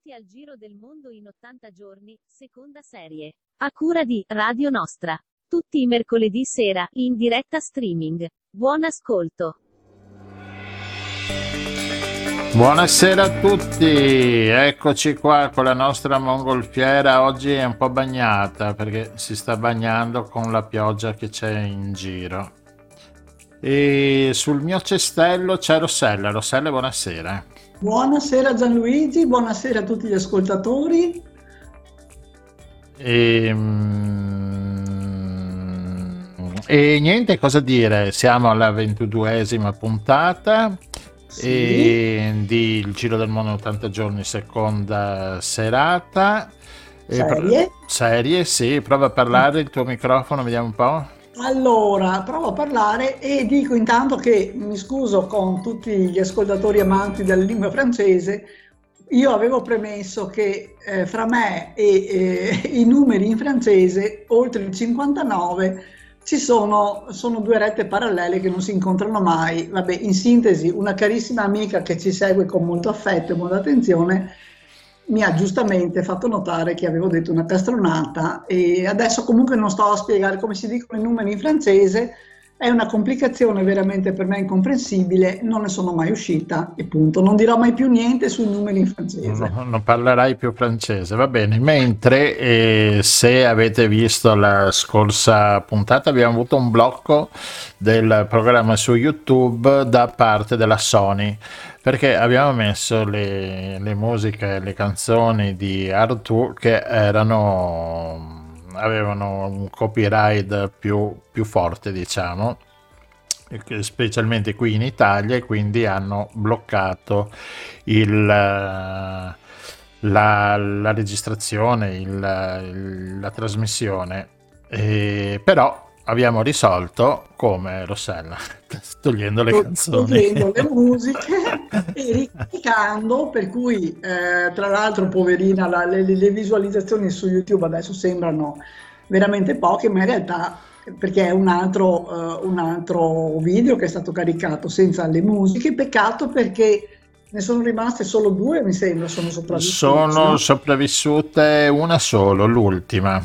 Benvenuti al Giro del Mondo in 80 giorni, seconda serie. A cura di Radio Nostra. Tutti i mercoledì sera, in diretta streaming. Buon ascolto. Buonasera a tutti, eccoci qua con la nostra mongolfiera. Oggi è un po' bagnata perché si sta bagnando con la pioggia che c'è in giro. E sul mio cestello c'è Rossella. Rossella, buonasera. Buonasera Gianluigi, buonasera a tutti gli ascoltatori. E niente, cosa dire, siamo alla 22esima puntata. Sì. E di Il Giro del Mondo in 80 giorni, seconda serata. Serie, sì, prova a parlare il tuo microfono, vediamo un po'. Allora, provo a parlare e dico intanto che mi scuso con tutti gli ascoltatori amanti della lingua francese. Io avevo premesso che fra me e i numeri in francese, oltre il 59, sono due rette parallele che non si incontrano mai. Vabbè, in sintesi, una carissima amica che ci segue con molto affetto e molta attenzione mi ha giustamente fatto notare che avevo detto una castronata, e adesso comunque non sto a spiegare come si dicono i numeri in francese, è una complicazione veramente per me incomprensibile, non ne sono mai uscita e punto. Non dirò mai più niente sui numeri in francese. Non parlerai più francese, va bene. Mentre se avete visto la scorsa puntata, abbiamo avuto un blocco del programma su YouTube da parte della Sony, perché abbiamo messo le musiche, le canzoni di Artù che avevano un copyright più forte, diciamo, specialmente qui in Italia, e quindi hanno bloccato la registrazione, la trasmissione. Però abbiamo risolto come, Rossella? Togliendo le canzoni, togliendo le musiche e ricaricando, per cui tra l'altro, poverina, le visualizzazioni su YouTube adesso sembrano veramente poche, ma in realtà, perché è un altro video che è stato caricato senza le musiche. Peccato, perché ne sono rimaste solo due, mi sembra, sono sopravvissute. Sono sopravvissute una solo, l'ultima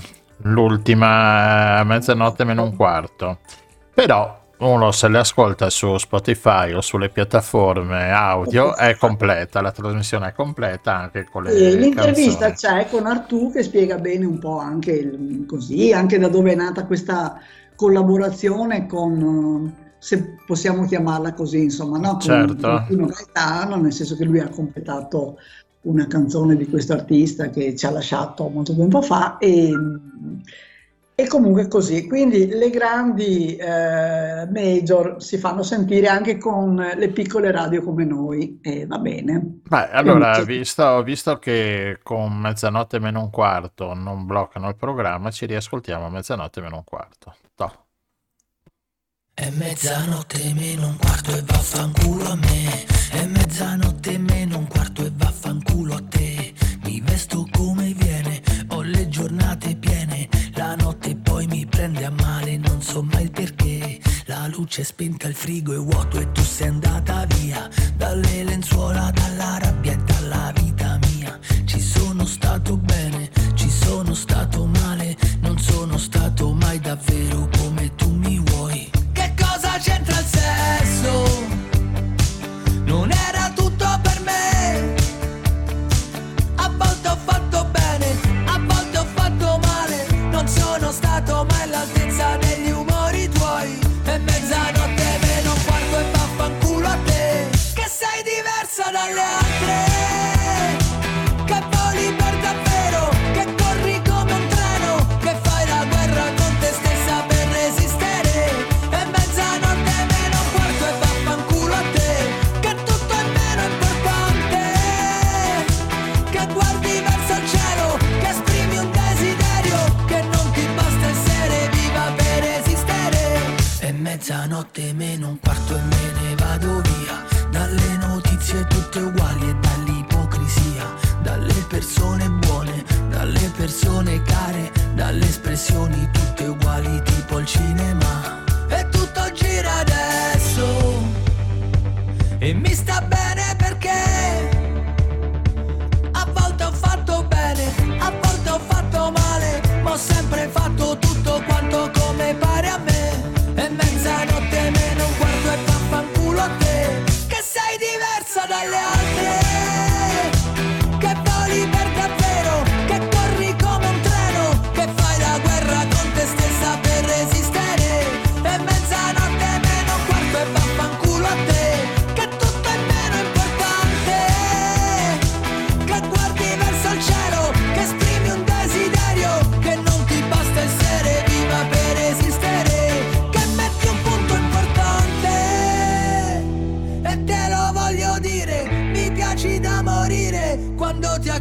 a mezzanotte meno un quarto. Però uno, se le ascolta su Spotify o sulle piattaforme audio, è completa, la trasmissione è completa anche con le l'intervista canzoni. c'è con Artù che spiega bene un po' anche così, anche da dove è nata questa collaborazione con, se possiamo chiamarla così, insomma, no? Certo. Con Pino Gaetano, nel senso che lui ha completato una canzone di questo artista che ci ha lasciato molto tempo fa, e comunque così. Quindi le grandi major si fanno sentire anche con le piccole radio come noi, e va bene. Beh, allora, visto che con mezzanotte meno un quarto non bloccano il programma, ci riascoltiamo a mezzanotte meno un quarto. Toh. È mezzanotte meno un quarto e vaffanculo a me. È mezzanotte meno un quarto e vaffanculo a te. Mi vesto come viene, ho le giornate piene. La notte poi mi prende a male, non so mai il perché. La luce è spenta, il frigo è vuoto e tu sei andata via. Dalle lenzuola, dalla rabbia e dalla vita mia. Ci sono stato bene, ci sono stato male. Non sono stato mai davvero come tu mi vuoi. Che cosa c'entra il sesso? Non era tutto per me. A volte ho fatto bene, a volte ho fatto male. Non sono stato mai all'altezza degli umori tuoi. È mezzanotte meno un quarto e vaffanculo a te. Che sei diversa dalle altre, che voli per davvero, che corri come un treno, che fai la guerra con te stessa per resistere. È mezzanotte meno un quarto e vaffanculo a te. Che tutto è meno importante, che guardi verso il cielo, che esprimi un desiderio, che non ti basta essere viva per esistere. È mezzanotte meno un quarto e me ne vado via. Dalle notizie tutte uguali e dall'ipocrisia. Dalle persone buone, dalle persone care. Dalle espressioni tutte uguali tipo il cinema. E tutto gira adesso e mi sta bene, perché a volte ho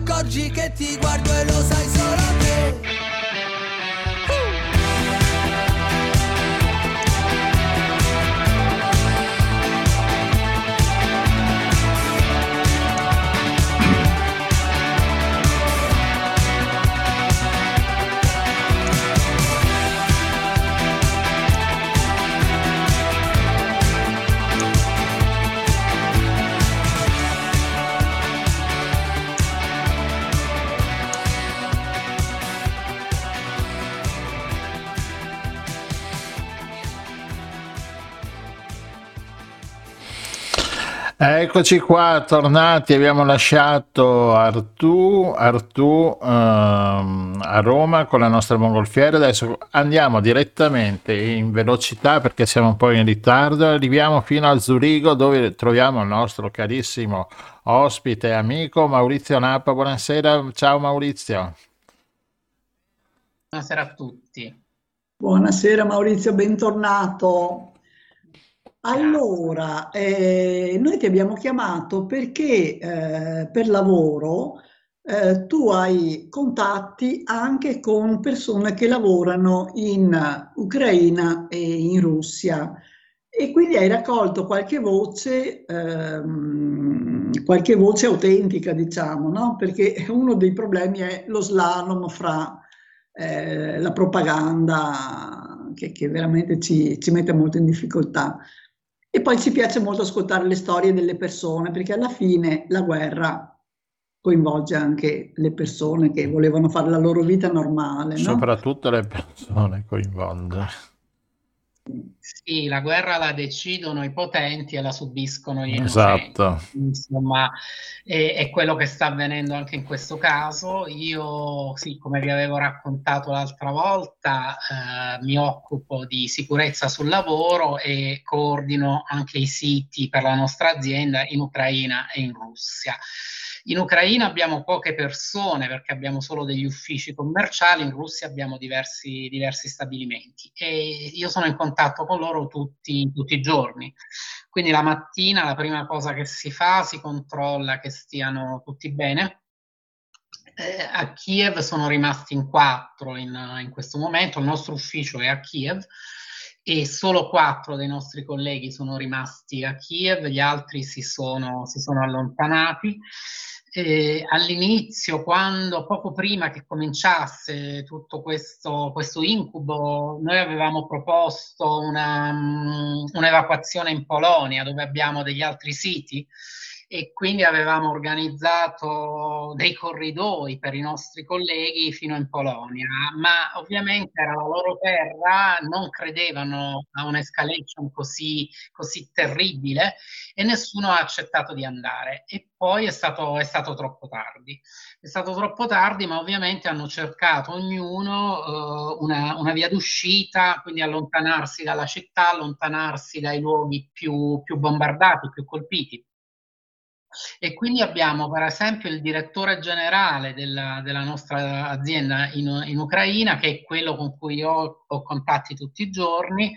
accorgi che ti guardo e lo sai solo te. Eccoci qua, tornati, abbiamo lasciato Artù a Roma con la nostra mongolfiera. Adesso andiamo direttamente in velocità perché siamo un po' in ritardo, arriviamo fino a Zurigo dove troviamo il nostro carissimo ospite e amico Maurizio Nappa. Buonasera, ciao Maurizio. Buonasera a tutti. Buonasera Maurizio, bentornato. Allora, noi ti abbiamo chiamato perché per lavoro tu hai contatti anche con persone che lavorano in Ucraina e in Russia e quindi hai raccolto qualche voce autentica, diciamo, no? Perché uno dei problemi è lo slalom fra la propaganda che veramente ci mette molto in difficoltà. E poi ci piace molto ascoltare le storie delle persone, perché alla fine la guerra coinvolge anche le persone che volevano fare la loro vita normale, no? Soprattutto le persone coinvolte. Sì, la guerra la decidono i potenti e la subiscono gli innocenti. Esatto. Insomma, è quello che sta avvenendo anche in questo caso. Io, sì, come vi avevo raccontato l'altra volta, mi occupo di sicurezza sul lavoro e coordino anche i siti per la nostra azienda in Ucraina e in Russia. In Ucraina abbiamo poche persone perché abbiamo solo degli uffici commerciali, in Russia abbiamo diversi stabilimenti e io sono in contatto con loro tutti i giorni. Quindi la mattina la prima cosa che si fa, si controlla che stiano tutti bene. A Kiev sono rimasti in 4 in questo momento, il nostro ufficio è a Kiev e solo 4 dei nostri colleghi sono rimasti a Kiev, gli altri si sono allontanati. All'inizio, poco prima che cominciasse tutto questo incubo, noi avevamo proposto un'evacuazione in Polonia dove abbiamo degli altri siti e quindi avevamo organizzato dei corridoi per i nostri colleghi fino in Polonia, ma ovviamente era la loro terra, non credevano a un'escalation così terribile e nessuno ha accettato di andare. E poi è stato troppo tardi. È stato troppo tardi, ma ovviamente hanno cercato ognuno una via d'uscita, quindi allontanarsi dalla città, allontanarsi dai luoghi più bombardati, più colpiti. E quindi abbiamo per esempio il direttore generale della nostra azienda in Ucraina, che è quello con cui io ho contatti tutti i giorni,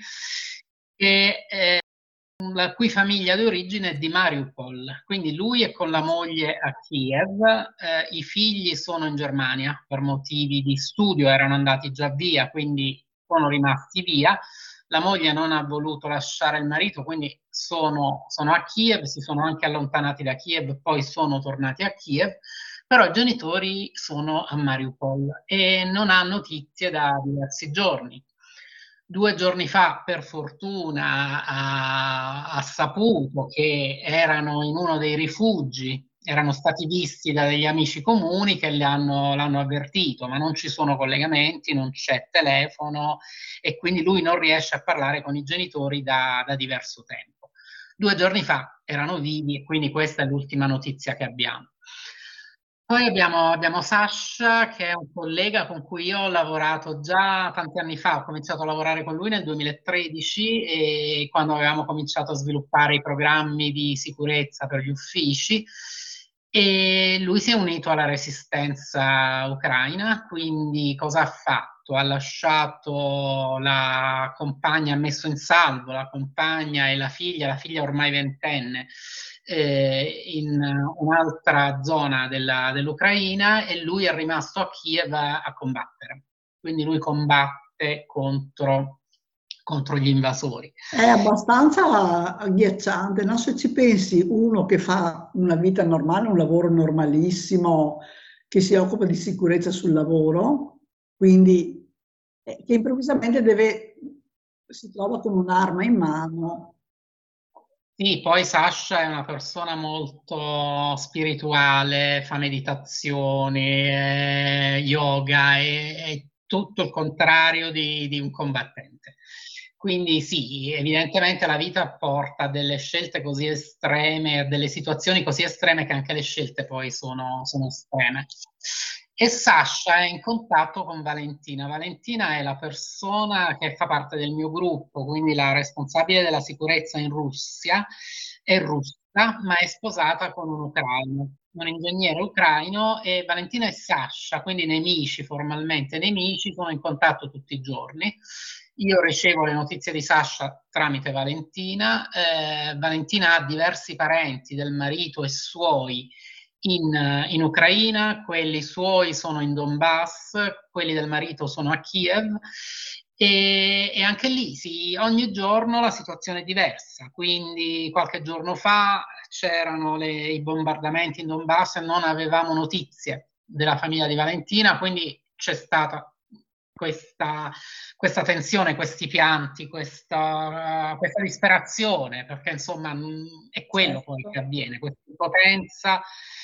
la cui famiglia di origine è di Mariupol. Quindi lui è con la moglie a Kiev, i figli sono in Germania per motivi di studio, erano andati già via, quindi sono rimasti via. La moglie non ha voluto lasciare il marito, quindi sono a Kiev, si sono anche allontanati da Kiev, poi sono tornati a Kiev, però i genitori sono a Mariupol e non hanno notizie da diversi giorni. 2 giorni fa, per fortuna, ha saputo che erano in uno dei rifugi, erano stati visti da degli amici comuni che l'hanno avvertito, ma non ci sono collegamenti, non c'è telefono e quindi lui non riesce a parlare con i genitori da diverso tempo. 2 giorni fa erano vivi e quindi questa è l'ultima notizia che abbiamo. Poi abbiamo Sasha, che è un collega con cui io ho lavorato già tanti anni fa, ho cominciato a lavorare con lui nel 2013 e quando avevamo cominciato a sviluppare i programmi di sicurezza per gli uffici e lui si è unito alla resistenza ucraina, quindi cosa ha fatto? Ha lasciato la compagna, ha messo in salvo la compagna e la figlia ormai 20enne, in un'altra zona dell'Ucraina, e lui è rimasto a Kiev a combattere. Quindi lui combatte contro gli invasori. È abbastanza agghiacciante, no? Se ci pensi, uno che fa una vita normale, un lavoro normalissimo, che si occupa di sicurezza sul lavoro, quindi che improvvisamente si trova con un'arma in mano. Sì, poi Sasha è una persona molto spirituale, fa meditazioni, yoga, è tutto il contrario di un combattente. Quindi sì, evidentemente la vita porta a delle scelte così estreme, a delle situazioni così estreme, che anche le scelte poi sono estreme. E Sasha è in contatto con Valentina. Valentina è la persona che fa parte del mio gruppo, quindi la responsabile della sicurezza in Russia, è russa, ma è sposata con un ucraino, un ingegnere ucraino, e Valentina e Sasha, quindi nemici, formalmente nemici, sono in contatto tutti i giorni. Io ricevo le notizie di Sasha tramite Valentina. Valentina ha diversi parenti del marito e suoi in Ucraina, quelli suoi sono in Donbass, quelli del marito sono a Kiev, e anche lì ogni giorno la situazione è diversa. Quindi qualche giorno fa c'erano i bombardamenti in Donbass e non avevamo notizie della famiglia di Valentina, quindi c'è stata questa tensione, questi pianti, questa disperazione, perché insomma è quello poi che avviene, questa impotenza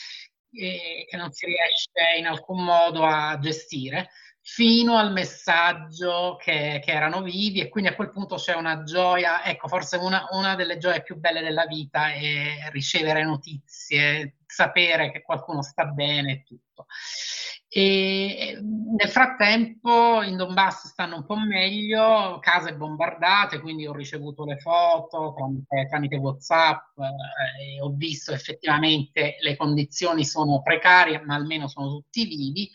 che non si riesce in alcun modo a gestire, fino al messaggio che erano vivi, e quindi a quel punto c'è una gioia. Ecco, forse una delle gioie più belle della vita è ricevere notizie, sapere che qualcuno sta bene e tutto. E nel frattempo in Donbass stanno un po' meglio, case bombardate, quindi ho ricevuto le foto tramite WhatsApp, e ho visto effettivamente le condizioni sono precarie, ma almeno sono tutti vivi.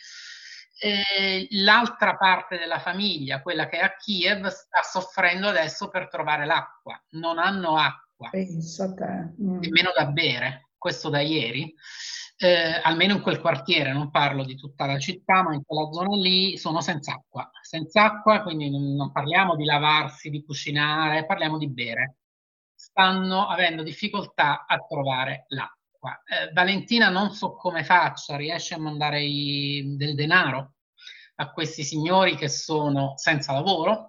L'altra parte della famiglia, quella che è a Kiev, sta soffrendo adesso per trovare l'acqua. Non hanno acqua, Pensa a te. nemmeno da bere, questo da ieri. Almeno in quel quartiere, non parlo di tutta la città, ma in quella zona lì sono senza acqua, quindi non parliamo di lavarsi, di cucinare, parliamo di bere. Stanno avendo difficoltà a trovare l'acqua. Valentina non so come faccia, riesce a mandare del denaro a questi signori che sono senza lavoro,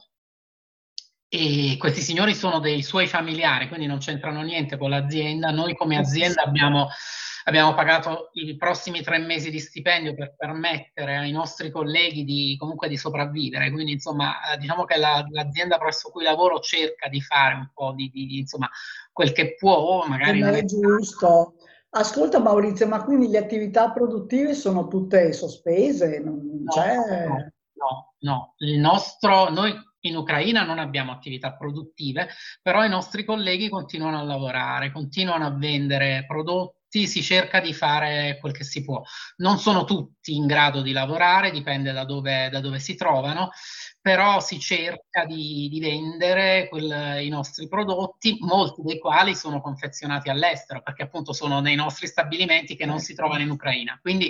e questi signori sono dei suoi familiari, quindi non c'entrano niente con l'azienda. Noi come azienda abbiamo pagato i prossimi 3 mesi di stipendio per permettere ai nostri colleghi comunque di sopravvivere, quindi insomma diciamo che l'azienda presso cui lavoro cerca di fare un po' insomma quel che può, magari non Come è è giusto. Ascolta Maurizio, ma quindi le attività produttive sono tutte sospese? Non No, c'è... no. Noi in Ucraina non abbiamo attività produttive, però i nostri colleghi continuano a lavorare, continuano a vendere prodotti, si cerca di fare quel che si può. Non sono tutti in grado di lavorare, dipende da dove si trovano, però si cerca di vendere i nostri prodotti, molti dei quali sono confezionati all'estero, perché appunto sono nei nostri stabilimenti che non si trovano in Ucraina. Quindi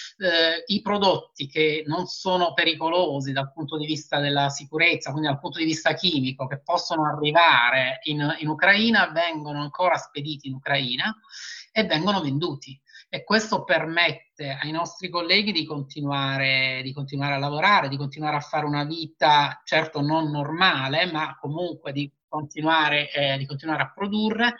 i prodotti che non sono pericolosi dal punto di vista della sicurezza, quindi dal punto di vista chimico, che possono arrivare in Ucraina, vengono ancora spediti in Ucraina e vengono venduti. E questo permette ai nostri colleghi di continuare a lavorare, di continuare a fare una vita, certo non normale, ma comunque di continuare a produrre.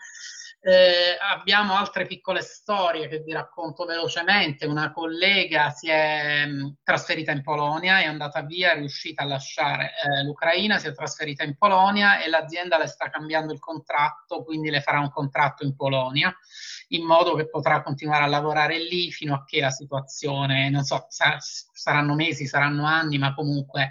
Abbiamo altre piccole storie che vi racconto velocemente. Una collega si è trasferita in Polonia, è andata via, è riuscita a lasciare l'Ucraina, si è trasferita in Polonia, e l'azienda le sta cambiando il contratto, quindi le farà un contratto in Polonia, in modo che potrà continuare a lavorare lì fino a che la situazione, non so, saranno mesi, saranno anni, ma comunque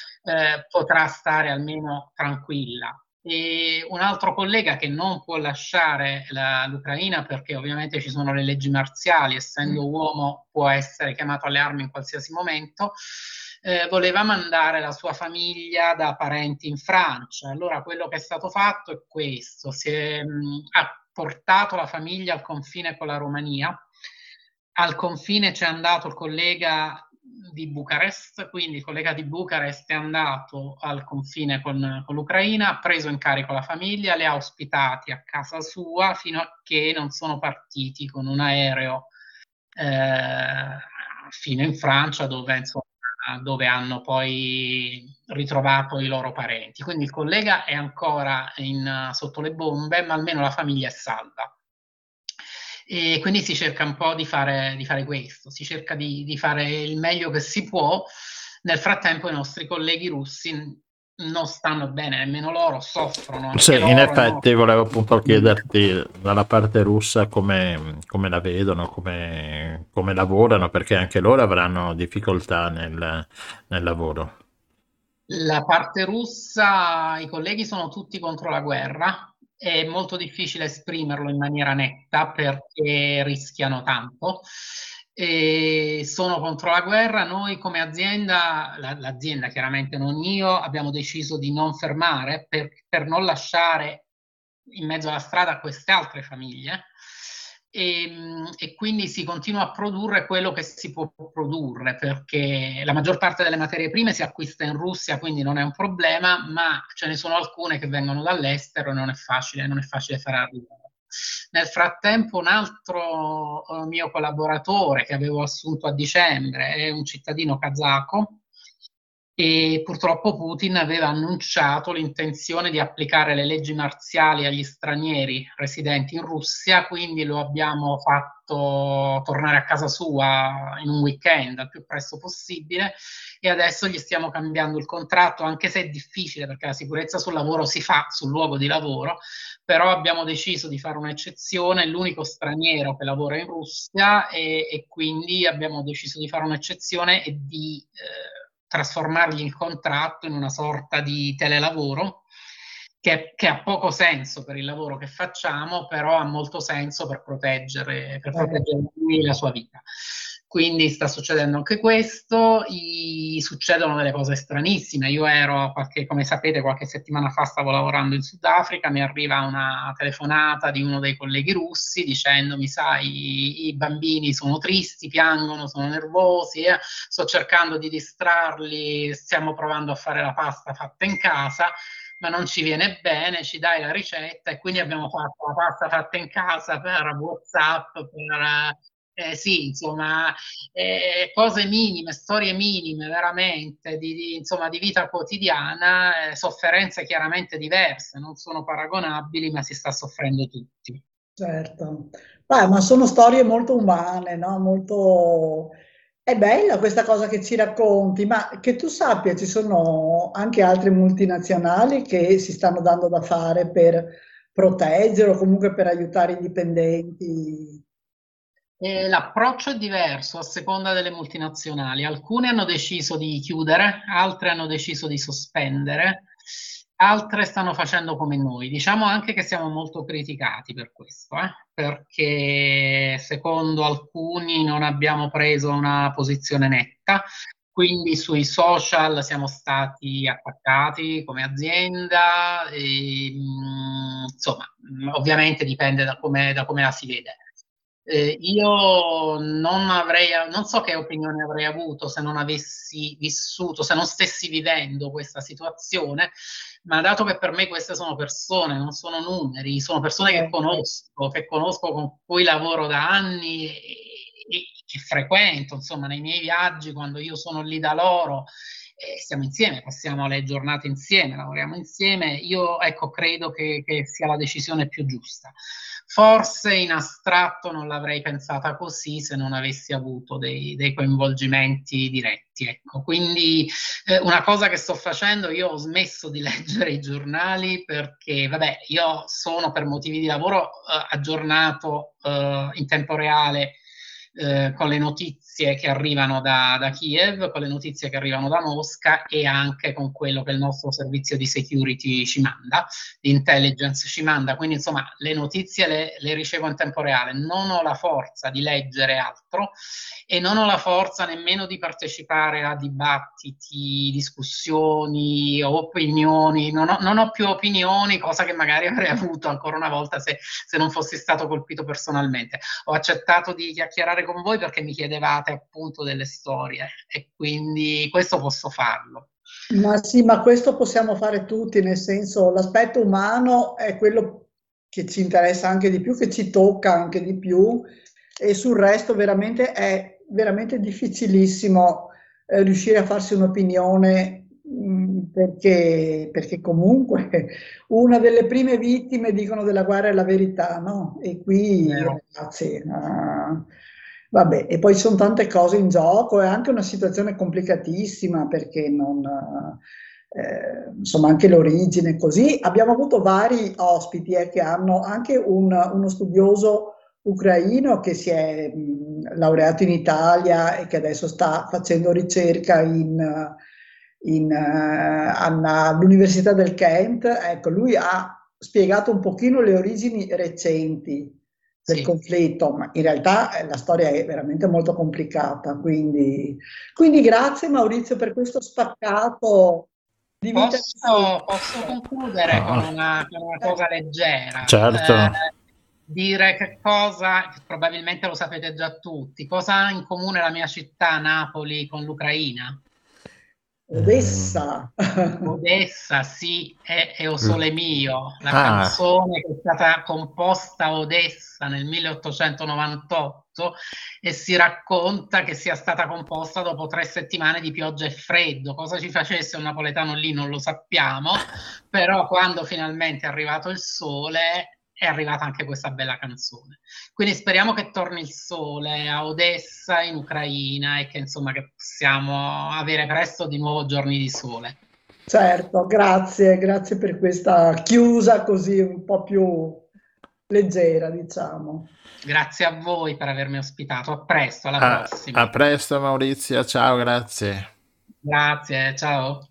potrà stare almeno tranquilla. E un altro collega che non può lasciare l'Ucraina, perché ovviamente ci sono le leggi marziali, essendo uomo può essere chiamato alle armi in qualsiasi momento, voleva mandare la sua famiglia da parenti in Francia. Allora quello che è stato fatto è questo: ha portato la famiglia al confine con la Romania. Al confine c'è andato il collega di Bucarest, quindi il collega di Bucarest è andato al confine con l'Ucraina, ha preso in carico la famiglia, li ha ospitati a casa sua fino a che non sono partiti con un aereo fino in Francia, dove, insomma, dove hanno poi ritrovato i loro parenti. Quindi il collega è ancora sotto le bombe, ma almeno la famiglia è salva. E quindi si cerca un po' di fare questo, si cerca di fare il meglio che si può. Nel frattempo i nostri colleghi russi non stanno bene, nemmeno loro, soffrono anche Sì, loro, in effetti no? volevo appunto chiederti dalla parte russa come la vedono, come lavorano, perché anche loro avranno difficoltà nel lavoro. La parte russa, i colleghi sono tutti contro la guerra, è molto difficile esprimerlo in maniera netta perché rischiano tanto. E sono contro la guerra. Noi come azienda, l'azienda chiaramente non io, abbiamo deciso di non fermare per non lasciare in mezzo alla strada queste altre famiglie. E quindi si continua a produrre quello che si può produrre, perché la maggior parte delle materie prime si acquista in Russia, quindi non è un problema, ma ce ne sono alcune che vengono dall'estero e non è facile fare arrivare. Nel frattempo un altro mio collaboratore che avevo assunto a dicembre è un cittadino kazako, e purtroppo Putin aveva annunciato l'intenzione di applicare le leggi marziali agli stranieri residenti in Russia, quindi lo abbiamo fatto tornare a casa sua in un weekend al più presto possibile, e adesso gli stiamo cambiando il contratto, anche se è difficile perché la sicurezza sul lavoro si fa sul luogo di lavoro, però abbiamo deciso di fare un'eccezione, è l'unico straniero che lavora in Russia, e quindi abbiamo deciso di fare un'eccezione e di trasformargli il contratto in una sorta di telelavoro che ha poco senso per il lavoro che facciamo, però ha molto senso per proteggere lui e la sua vita. Quindi sta succedendo anche questo, succedono delle cose stranissime. Io come sapete, qualche settimana fa stavo lavorando in Sudafrica, mi arriva una telefonata di uno dei colleghi russi dicendomi: sai, i bambini sono tristi, piangono, sono nervosi, sto cercando di distrarli, stiamo provando a fare la pasta fatta in casa, ma non ci viene bene, ci dai la ricetta? E quindi abbiamo fatto la pasta fatta in casa per WhatsApp, sì, insomma, cose minime, storie minime veramente insomma, di vita quotidiana, sofferenze chiaramente diverse, non sono paragonabili, ma si sta soffrendo tutti. Certo. Beh, ma sono storie molto umane, no? Molto... È bella questa cosa che ci racconti, ma che tu sappia, ci sono anche altre multinazionali che si stanno dando da fare per proteggere o comunque per aiutare i dipendenti. L'approccio è diverso a seconda delle multinazionali. Alcune hanno deciso di chiudere, altre hanno deciso di sospendere, altre stanno facendo come noi. Diciamo anche che siamo molto criticati per questo, perché secondo alcuni non abbiamo preso una posizione netta. Quindi sui social siamo stati attaccati come azienda, insomma, ovviamente dipende da come la si vede. Io non so che opinione avrei avuto se non avessi vissuto, se non stessi vivendo questa situazione, ma dato che per me queste sono persone, non sono numeri, sono persone che conosco, con cui lavoro da anni e che frequento, insomma, nei miei viaggi, quando io sono lì da loro, stiamo insieme, passiamo le giornate insieme, lavoriamo insieme, io ecco, credo che sia la decisione più giusta. Forse in astratto non l'avrei pensata così se non avessi avuto dei coinvolgimenti diretti. Ecco. Quindi una cosa che sto facendo, io ho smesso di leggere i giornali perché, vabbè, io sono per motivi di lavoro aggiornato in tempo reale con le notizie notizie che arrivano da Kiev, con le notizie che arrivano da Mosca e anche con quello che il nostro servizio di security ci manda, di intelligence ci manda. Quindi insomma le notizie le ricevo in tempo reale. Non ho la forza di leggere altro e non ho la forza nemmeno di partecipare a dibattiti, discussioni, opinioni. Non ho più opinioni, cosa che magari avrei avuto ancora una volta se non fossi stato colpito personalmente. Ho accettato di chiacchierare con voi perché mi chiedevate appunto delle storie e quindi questo posso farlo. Ma sì, ma questo possiamo fare tutti, nel senso, l'aspetto umano è quello che ci interessa anche di più, che ci tocca anche di più, e sul resto veramente è veramente difficilissimo riuscire a farsi un'opinione, perché comunque una delle prime vittime, dicono, della guerra è la verità, no? E qui, ragazzi, vabbè, e poi ci sono tante cose in gioco, è anche una situazione complicatissima perché insomma, anche l'origine così. Abbiamo avuto vari ospiti che hanno anche uno studioso ucraino che si è laureato in Italia e che adesso sta facendo ricerca all'Università del Kent. Ecco, lui ha spiegato un pochino le origini recenti del conflitto, ma in realtà la storia è veramente molto complicata, quindi grazie Maurizio per questo spaccato di vita. Posso concludere con una cosa leggera? Certo. Dire che cosa, probabilmente lo sapete già tutti, cosa ha in comune la mia città, Napoli, con l'Ucraina? Odessa. Odessa, sì, è O Sole Mio, la canzone che è stata composta a Odessa nel 1898 e si racconta che sia stata composta dopo 3 settimane di pioggia e freddo. Cosa ci facesse un napoletano lì non lo sappiamo, però quando finalmente è arrivato il sole è arrivata anche questa bella canzone. Quindi speriamo che torni il sole a Odessa, in Ucraina, e che insomma che possiamo avere presto di nuovo giorni di sole. Certo, grazie per questa chiusa così un po' più leggera, diciamo. Grazie a voi per avermi ospitato, a presto, alla prossima. A presto Maurizio, ciao, grazie. Grazie, ciao.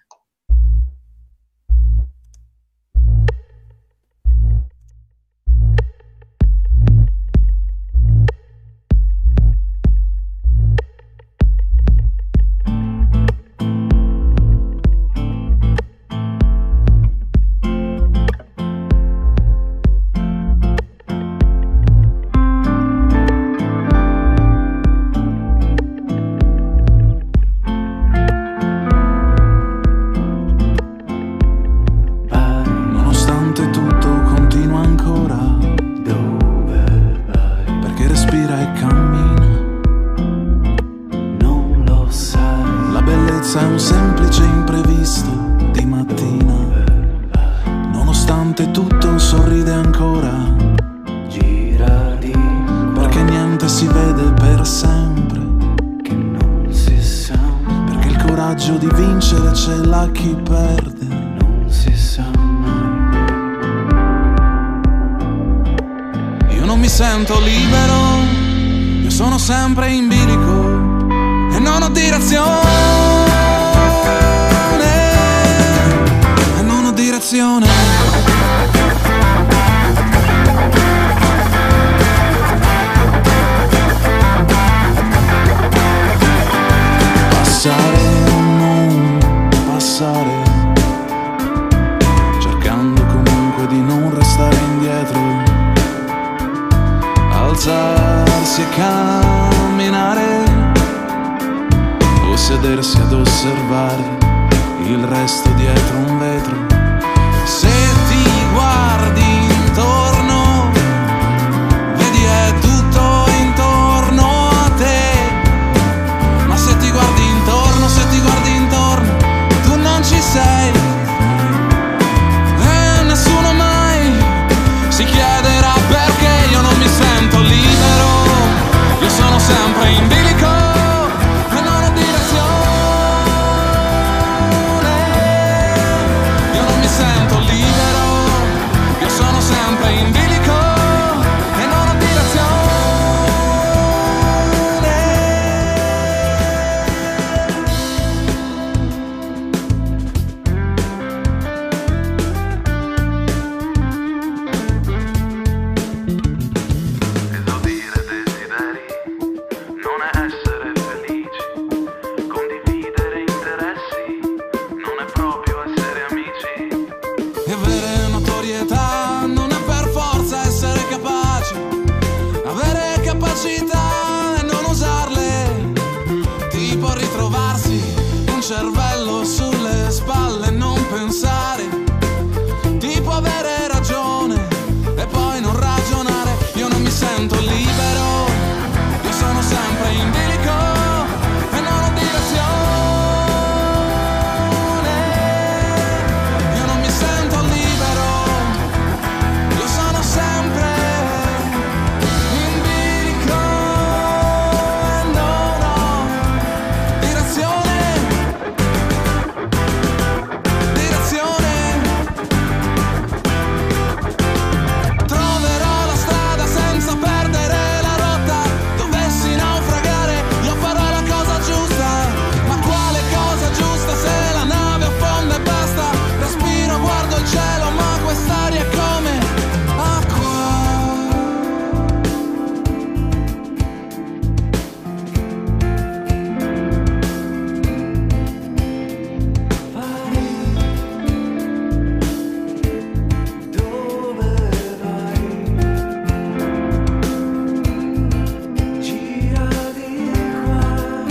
Sento libero, io sono sempre in bilico e non ho direzione, e non ho direzione. Passare o non passare, cercando comunque di non restare indietro. Alzarsi e camminare o sedersi ad osservare il resto dietro un vetro. Se ti guardi intorno, vedi è tutto intorno a te. Ma se ti guardi intorno, tu non ci sei. E nessuno mai si chiederà perché io non mi sento libero, io sono sempre in bilico e non ho direzione, io non mi sento libero. tipo ritrovarsi un cervello sulle spalle e non pensare, tipo avere ragione e poi non ragionare. Io non mi sento libero, io sono sempre in bilico e non ho direzione. Io non mi sento libero, io sono sempre in bilico e non ho direzione. Direzione. Troverò la strada senza perdere la rotta. Dovessi naufragare, io farò la cosa giusta. Ma quale cosa giusta se la nave affonda e basta? Respiro, guardo il cielo, ma quest'aria è come acqua. Dove vai? Gira di qua,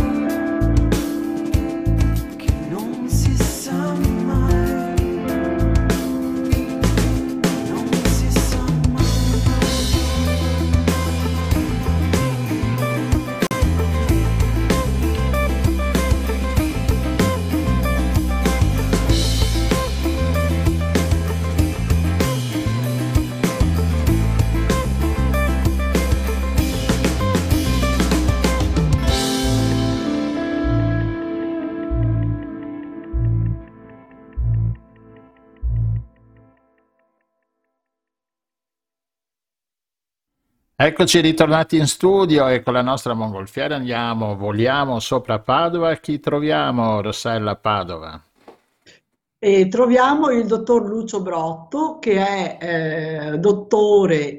che non si sa mai, non si sa mai. Eccoci ritornati in studio e con la nostra mongolfiera voliamo sopra Padova. Chi troviamo, Rossella, a Padova? E troviamo il dottor Lucio Brotto, che è dottore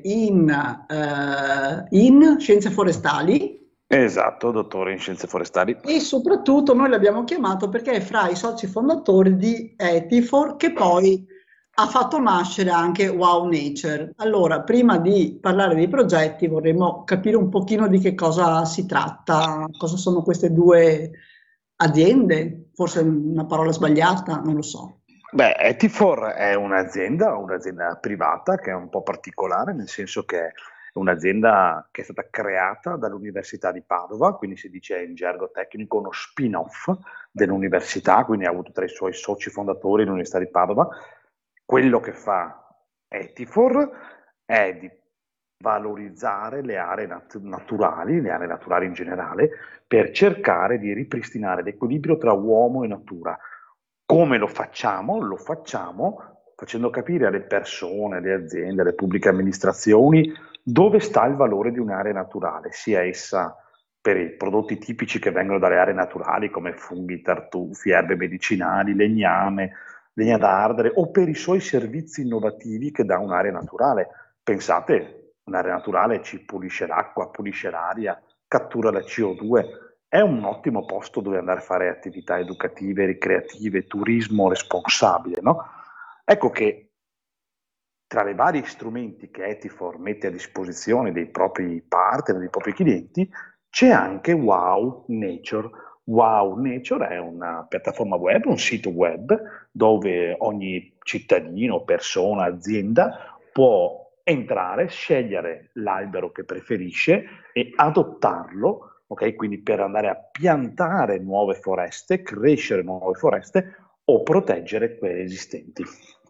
in scienze forestali Esatto, dottore in scienze forestali. e soprattutto noi l'abbiamo chiamato perché è fra i soci fondatori di Etifor, che poi ha fatto nascere anche Wow Nature. Allora, prima di parlare dei progetti, vorremmo capire un pochino di che cosa si tratta, cosa sono queste due aziende, forse una parola sbagliata, non lo so. Beh, Etifor è un'azienda privata che è un po' particolare, nel senso che è un'azienda che è stata creata dall'Università di Padova, quindi si dice in gergo tecnico uno spin-off dell'università, quindi ha avuto tra i suoi soci fondatori l'Università di Padova. Quello che fa Etifor è di valorizzare le aree naturali, le aree naturali in generale, per cercare di ripristinare l'equilibrio tra uomo e natura. Come lo facciamo? Lo facciamo facendo capire alle persone, alle aziende, alle pubbliche amministrazioni dove sta il valore di un'area naturale, sia essa per i prodotti tipici che vengono dalle aree naturali come funghi, tartufi, erbe medicinali, legname, legna da ardere, o per i suoi servizi innovativi che dà un'area naturale. Pensate, un'area naturale ci pulisce l'acqua, pulisce l'aria, cattura la CO2, è un ottimo posto dove andare a fare attività educative, ricreative, turismo responsabile, no? Ecco che tra i vari strumenti che Etifor mette a disposizione dei propri partner, dei propri clienti, c'è anche Wow Nature. Wow Nature è una piattaforma web, un sito web dove ogni cittadino, persona, azienda può entrare, scegliere l'albero che preferisce e adottarlo, ok? Quindi per andare a piantare nuove foreste, crescere nuove foreste o proteggere quelle esistenti.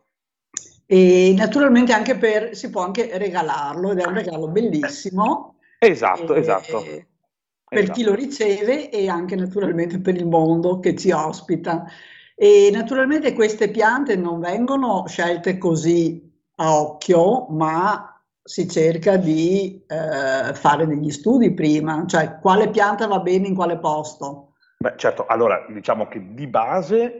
E naturalmente si può anche regalarlo ed è un regalo bellissimo. Esatto, eh, esatto. Per chi lo riceve e anche naturalmente per il mondo che ci ospita. E naturalmente queste piante non vengono scelte così a occhio, ma si cerca di fare degli studi prima, cioè quale pianta va bene in quale posto. Beh, certo, allora diciamo che di base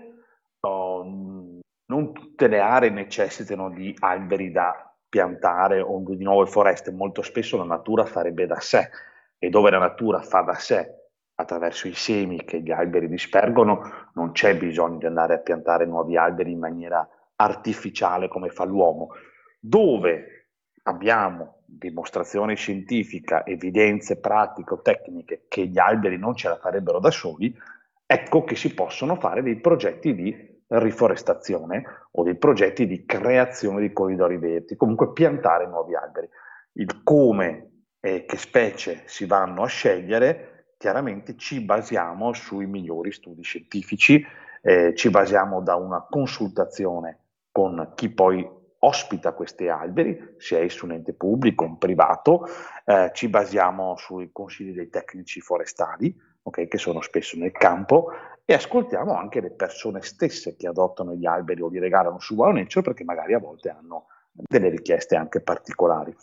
non tutte le aree necessitano di alberi da piantare o di nuove foreste, molto spesso la natura farebbe da sé, e dove la natura fa da sé attraverso i semi che gli alberi dispergono, non c'è bisogno di andare a piantare nuovi alberi in maniera artificiale come fa l'uomo. Dove abbiamo dimostrazione scientifica, evidenze pratiche o tecniche che gli alberi non ce la farebbero da soli, ecco che si possono fare dei progetti di riforestazione o dei progetti di creazione di corridoi verdi, comunque piantare nuovi alberi. Il come e che specie si vanno a scegliere, chiaramente ci basiamo sui migliori studi scientifici, ci basiamo da una consultazione con chi poi ospita questi alberi, sia esso un ente pubblico, un privato, ci basiamo sui consigli dei tecnici forestali, okay, che sono spesso nel campo, e ascoltiamo anche le persone stesse che adottano gli alberi o li regalano su Wow Nature, perché magari a volte hanno delle richieste anche particolari.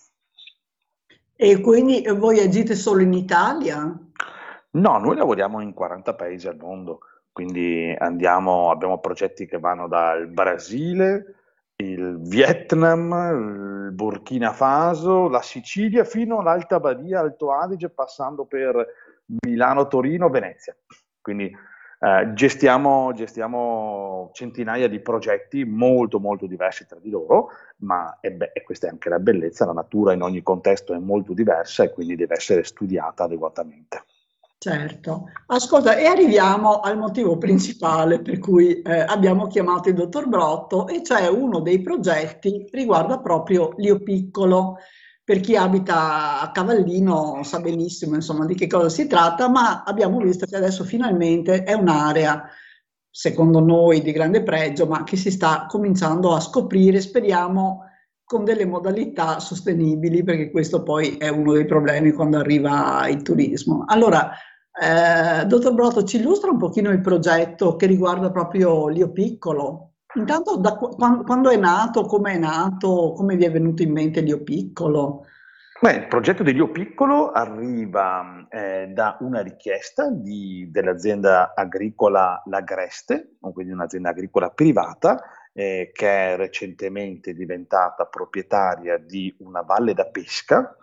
E quindi voi agite solo in Italia? No, noi lavoriamo in 40 paesi al mondo, quindi abbiamo progetti che vanno dal Brasile, il Vietnam, il Burkina Faso, la Sicilia, fino all'Alta Badia, Alto Adige, passando per Milano, Torino, Venezia. Quindi gestiamo centinaia di progetti molto molto diversi tra di loro, ma questa è anche la bellezza, la natura in ogni contesto è molto diversa e quindi deve essere studiata adeguatamente. Certo. Ascolta, e arriviamo al motivo principale per cui abbiamo chiamato il dottor Brotto, e cioè uno dei progetti riguarda proprio Lio Piccolo. Per chi abita a Cavallino sa benissimo insomma di che cosa si tratta, ma abbiamo visto che adesso finalmente è un'area, secondo noi, di grande pregio, ma che si sta cominciando a scoprire, speriamo, con delle modalità sostenibili, perché questo poi è uno dei problemi quando arriva il turismo. Allora, dottor Brotto, ci illustra un pochino il progetto che riguarda proprio Lio Piccolo? Intanto, quando è nato, come vi è venuto in mente Lio Piccolo? Beh, il progetto di Lio Piccolo arriva da una richiesta dell'azienda agricola L'Agreste, quindi un'azienda agricola privata, che è recentemente diventata proprietaria di una valle da pesca,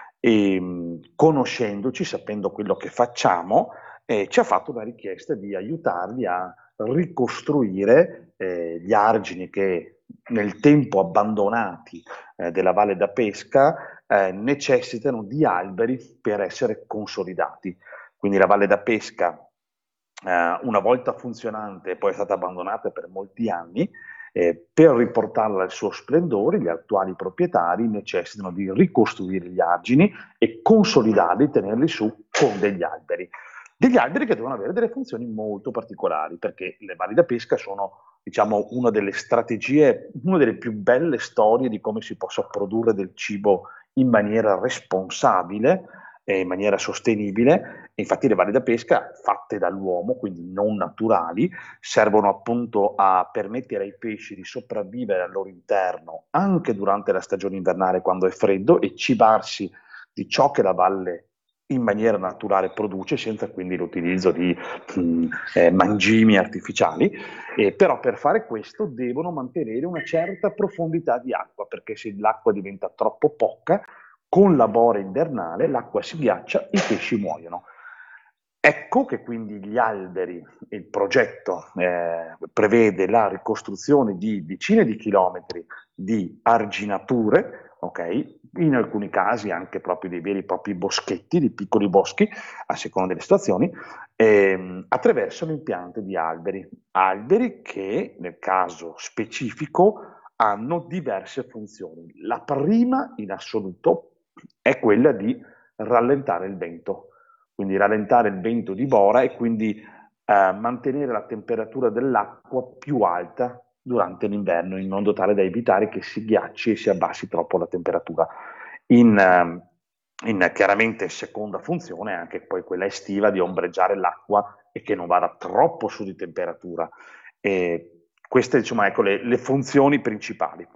e conoscendoci, sapendo quello che facciamo, ci ha fatto una richiesta di aiutarli a ricostruire gli argini che nel tempo abbandonati della valle da pesca necessitano di alberi per essere consolidati. Quindi la valle da pesca, una volta funzionante, poi è stata abbandonata per molti anni. Per riportarla al suo splendore, gli attuali proprietari necessitano di ricostruire gli argini e consolidarli, tenerli su con degli alberi. Degli alberi che devono avere delle funzioni molto particolari, perché le valli da pesca sono, diciamo, una delle strategie, una delle più belle storie di come si possa produrre del cibo in maniera responsabile e in maniera sostenibile. Infatti le valli da pesca fatte dall'uomo, quindi non naturali, servono appunto a permettere ai pesci di sopravvivere al loro interno anche durante la stagione invernale, quando è freddo, e cibarsi di ciò che la valle in maniera naturale produce, senza quindi l'utilizzo di mangimi artificiali. Però per fare questo devono mantenere una certa profondità di acqua, perché se l'acqua diventa troppo poca, con la bora invernale l'acqua si ghiaccia, i pesci muoiono. Ecco che quindi gli alberi, il progetto prevede la ricostruzione di decine di chilometri di arginature, ok? In alcuni casi anche proprio dei veri e propri boschetti, di piccoli boschi, a seconda delle situazioni, attraverso l'impianto di alberi che nel caso specifico hanno diverse funzioni. La prima in assoluto è quella di rallentare il vento, quindi rallentare il vento di bora e quindi mantenere la temperatura dell'acqua più alta durante l'inverno, in modo tale da evitare che si ghiacci e si abbassi troppo la temperatura. In chiaramente seconda funzione anche poi quella estiva, di ombreggiare l'acqua e che non vada troppo su di temperatura. Queste, insomma, ecco le funzioni principali.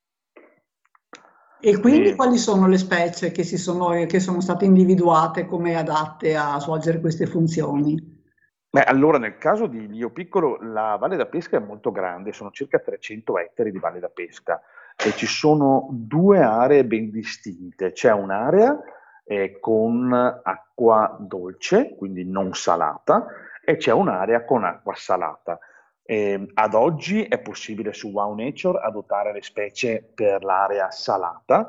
E quindi quali sono le specie che sono state individuate come adatte a svolgere queste funzioni? Beh, allora nel caso di Lio Piccolo la valle da pesca è molto grande, sono circa 300 ettari di valle da pesca e ci sono due aree ben distinte. C'è un'area con acqua dolce, quindi non salata, e c'è un'area con acqua salata. Ad oggi è possibile su Wow Nature adottare le specie per l'area salata,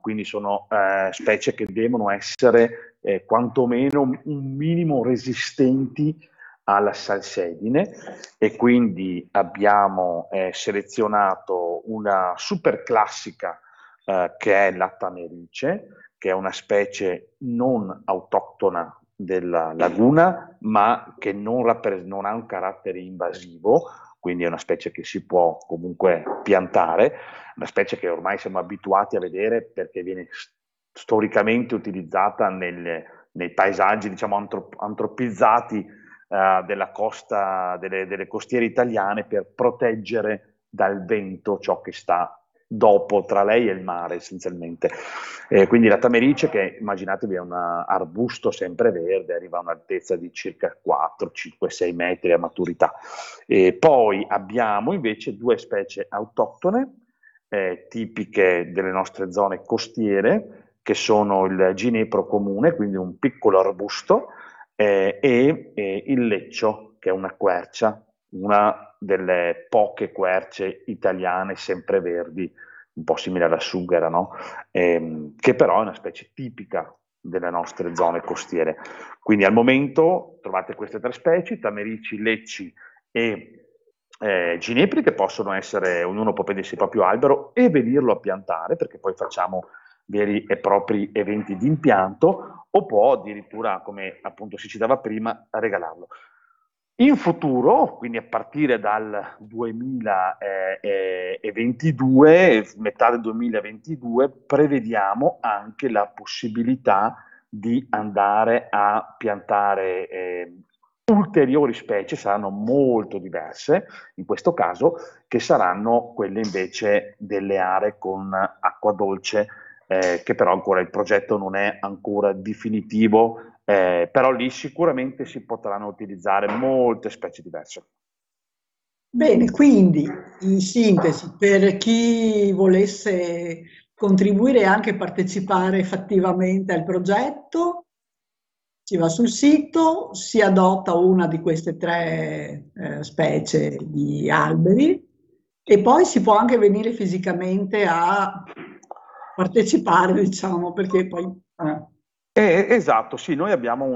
quindi sono specie che devono essere quantomeno un minimo resistenti alla salsedine, e quindi abbiamo selezionato una super classica che è la tamerice, che è una specie non autoctona della laguna, ma che non ha un carattere invasivo, quindi è una specie che si può comunque piantare, una specie che ormai siamo abituati a vedere perché viene storicamente utilizzata nei paesaggi, diciamo, antropizzati della costa, delle costiere italiane, per proteggere dal vento ciò che sta dopo, tra lei e il mare essenzialmente. Quindi la tamerice, che immaginatevi è un arbusto sempreverde, arriva a un'altezza di circa 4, 5, 6 metri a maturità. Poi abbiamo invece due specie autoctone tipiche delle nostre zone costiere, che sono il ginepro comune, quindi un piccolo arbusto, e il leccio, che è una quercia, una delle poche querce italiane sempreverdi, un po' simile alla sughera, no? Che però è una specie tipica delle nostre zone costiere. Quindi al momento trovate queste tre specie: tamerici, lecci e ginepri, che possono essere, ognuno può prendersi il proprio albero e venirlo a piantare, perché poi facciamo veri e propri eventi di impianto, o può addirittura, come appunto si citava prima, regalarlo. In futuro, quindi a partire dal 2022, metà del 2022, prevediamo anche la possibilità di andare a piantare ulteriori specie, saranno molto diverse in questo caso, che saranno quelle invece delle aree con acqua dolce, che però ancora il progetto non è ancora definitivo, però lì sicuramente si potranno utilizzare molte specie diverse. Bene, quindi in sintesi, per chi volesse contribuire e anche partecipare fattivamente al progetto, si va sul sito, si adotta una di queste tre specie di alberi, e poi si può anche venire fisicamente a partecipare, diciamo, perché poi... Esatto, sì, noi abbiamo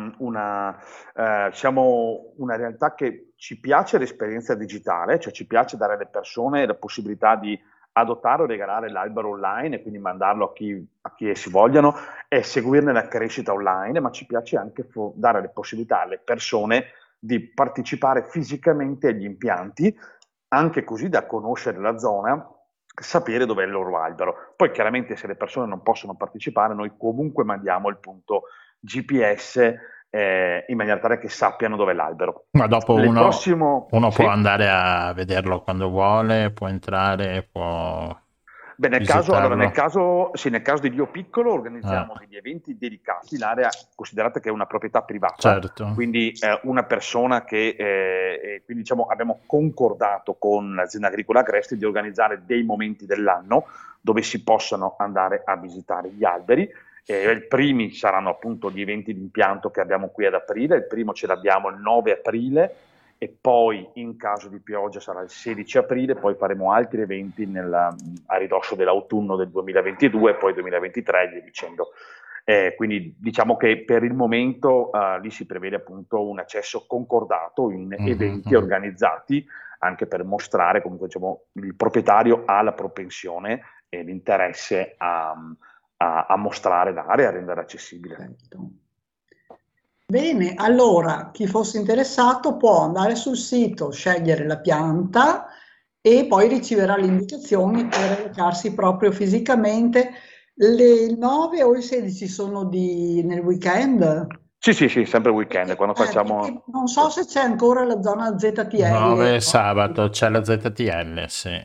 siamo una realtà che ci piace l'esperienza digitale, cioè ci piace dare alle persone la possibilità di adottare o regalare l'albero online, e quindi mandarlo a chi si vogliano e seguirne la crescita online, ma ci piace anche dare le possibilità alle persone di partecipare fisicamente agli impianti, anche così da conoscere la zona, sapere dov'è il loro albero. Poi chiaramente, se le persone non possono partecipare, noi comunque mandiamo il punto GPS in maniera tale che sappiano dov'è l'albero. Ma dopo uno sì? Può andare a vederlo quando vuole, può entrare, può Beh, nel visitarlo. caso di Dio Piccolo organizziamo degli eventi dedicati. L'area, considerate che è una proprietà privata, certo. Quindi una persona che quindi diciamo abbiamo concordato con l'azienda agricola Agresti di organizzare dei momenti dell'anno dove si possano andare a visitare gli alberi. I primi saranno appunto gli eventi di impianto che abbiamo qui ad aprile. Il primo ce l'abbiamo il 9 aprile, e poi in caso di pioggia sarà il 16 aprile, poi faremo altri eventi a ridosso dell'autunno del 2022, poi 2023 e via dicendo. Quindi diciamo che per il momento lì si prevede appunto un accesso concordato in eventi organizzati, anche per mostrare comunque, diciamo, il proprietario ha la propensione e l'interesse a mostrare l'area, a rendere accessibile. Bene, allora chi fosse interessato può andare sul sito, scegliere la pianta e poi riceverà le indicazioni per recarsi proprio fisicamente. Il 9 o il 16 sono nel weekend? Sì, sempre weekend, quando facciamo... Non so se c'è ancora la zona ZTL. 9 sabato c'è la ZTL, sì.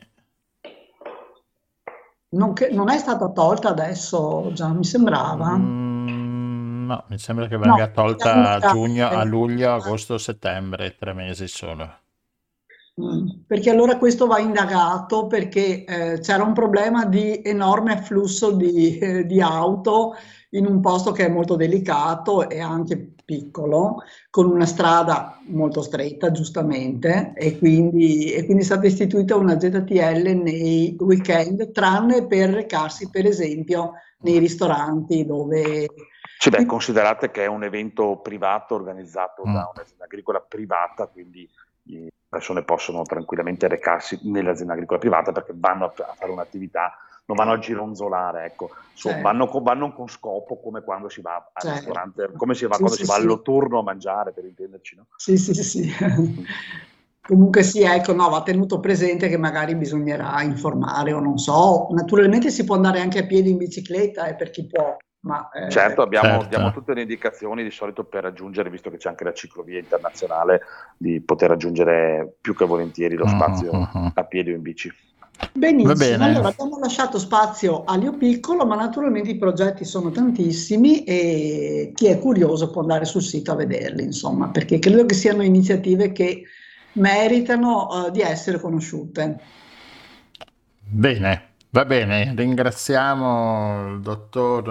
Non è stata tolta adesso, già mi sembrava. No, mi sembra che venga tolta a giugno, a luglio, agosto, settembre, 3 mesi solo. Perché allora questo va indagato, perché c'era un problema di enorme afflusso di auto in un posto che è molto delicato e anche piccolo, con una strada molto stretta, giustamente, e quindi è stata istituita una ZTL nei weekend, tranne per recarsi, per esempio, nei ristoranti dove... Sì, beh, considerate che è un evento privato organizzato da un'azienda agricola privata, quindi le persone possono tranquillamente recarsi nell'azienda agricola privata perché vanno a fare un'attività, non vanno a gironzolare, ecco. Certo. Vanno con scopo, come quando si va al Certo. ristorante, come si va Sì, quando sì, si va sì. allo turno a mangiare, per intenderci, no? Sì, sì, sì. Comunque sì, ecco, no, va tenuto presente che magari bisognerà informare o non so. Naturalmente si può andare anche a piedi in bicicletta, per chi può, ma Certo, diamo Certo. tutte le indicazioni di solito per raggiungere, visto che c'è anche la ciclovia internazionale, di poter raggiungere più che volentieri lo spazio a piedi o in bici. benissimo. Va bene. Allora abbiamo lasciato spazio a Lio Piccolo, ma naturalmente i progetti sono tantissimi e chi è curioso può andare sul sito a vederli, insomma, perché credo che siano iniziative che meritano di essere conosciute. Bene, va bene, ringraziamo il dottor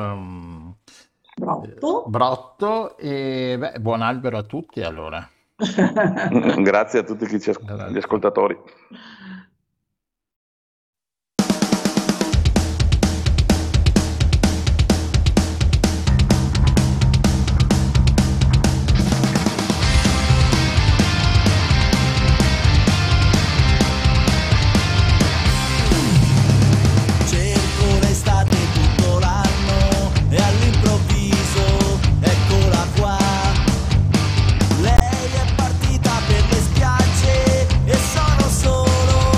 Brotto e buon albero a tutti allora. Grazie a tutti gli ascoltatori. Lei è partita per le spiagge e sono solo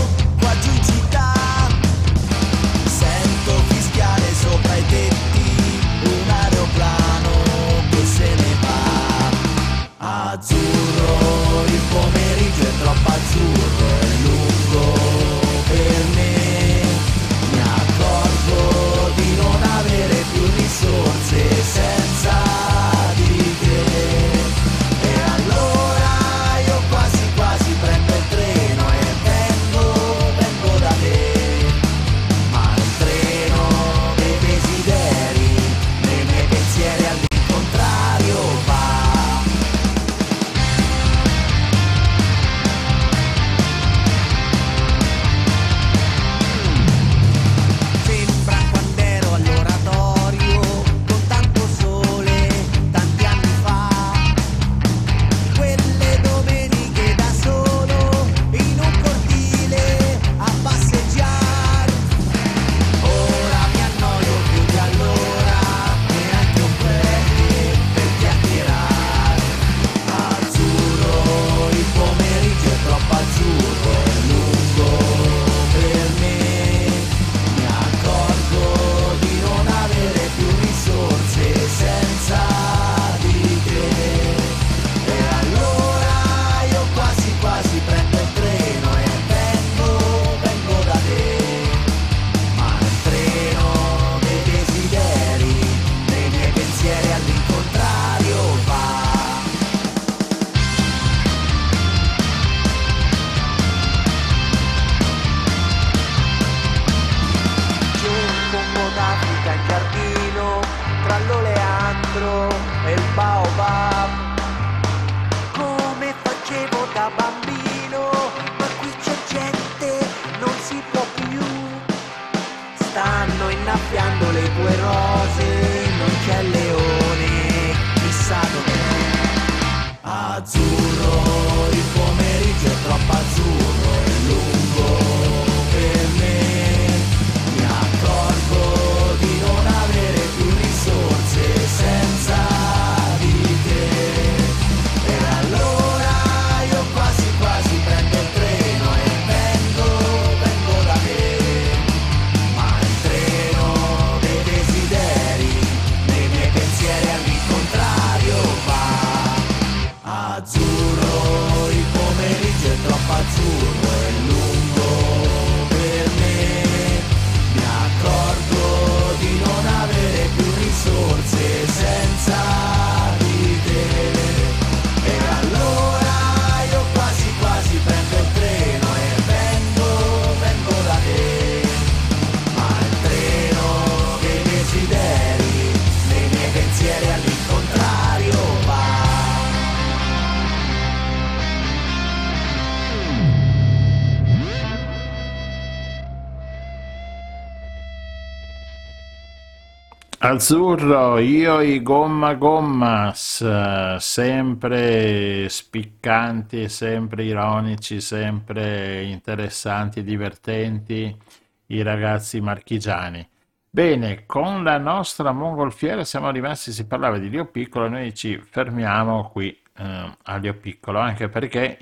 Azzurro, io i Gomma Gommas, sempre spiccanti, sempre ironici, sempre interessanti e divertenti, i ragazzi marchigiani. Bene, con la nostra mongolfiera siamo rimasti, si parlava di Lio Piccolo, noi ci fermiamo qui a Lio Piccolo, anche perché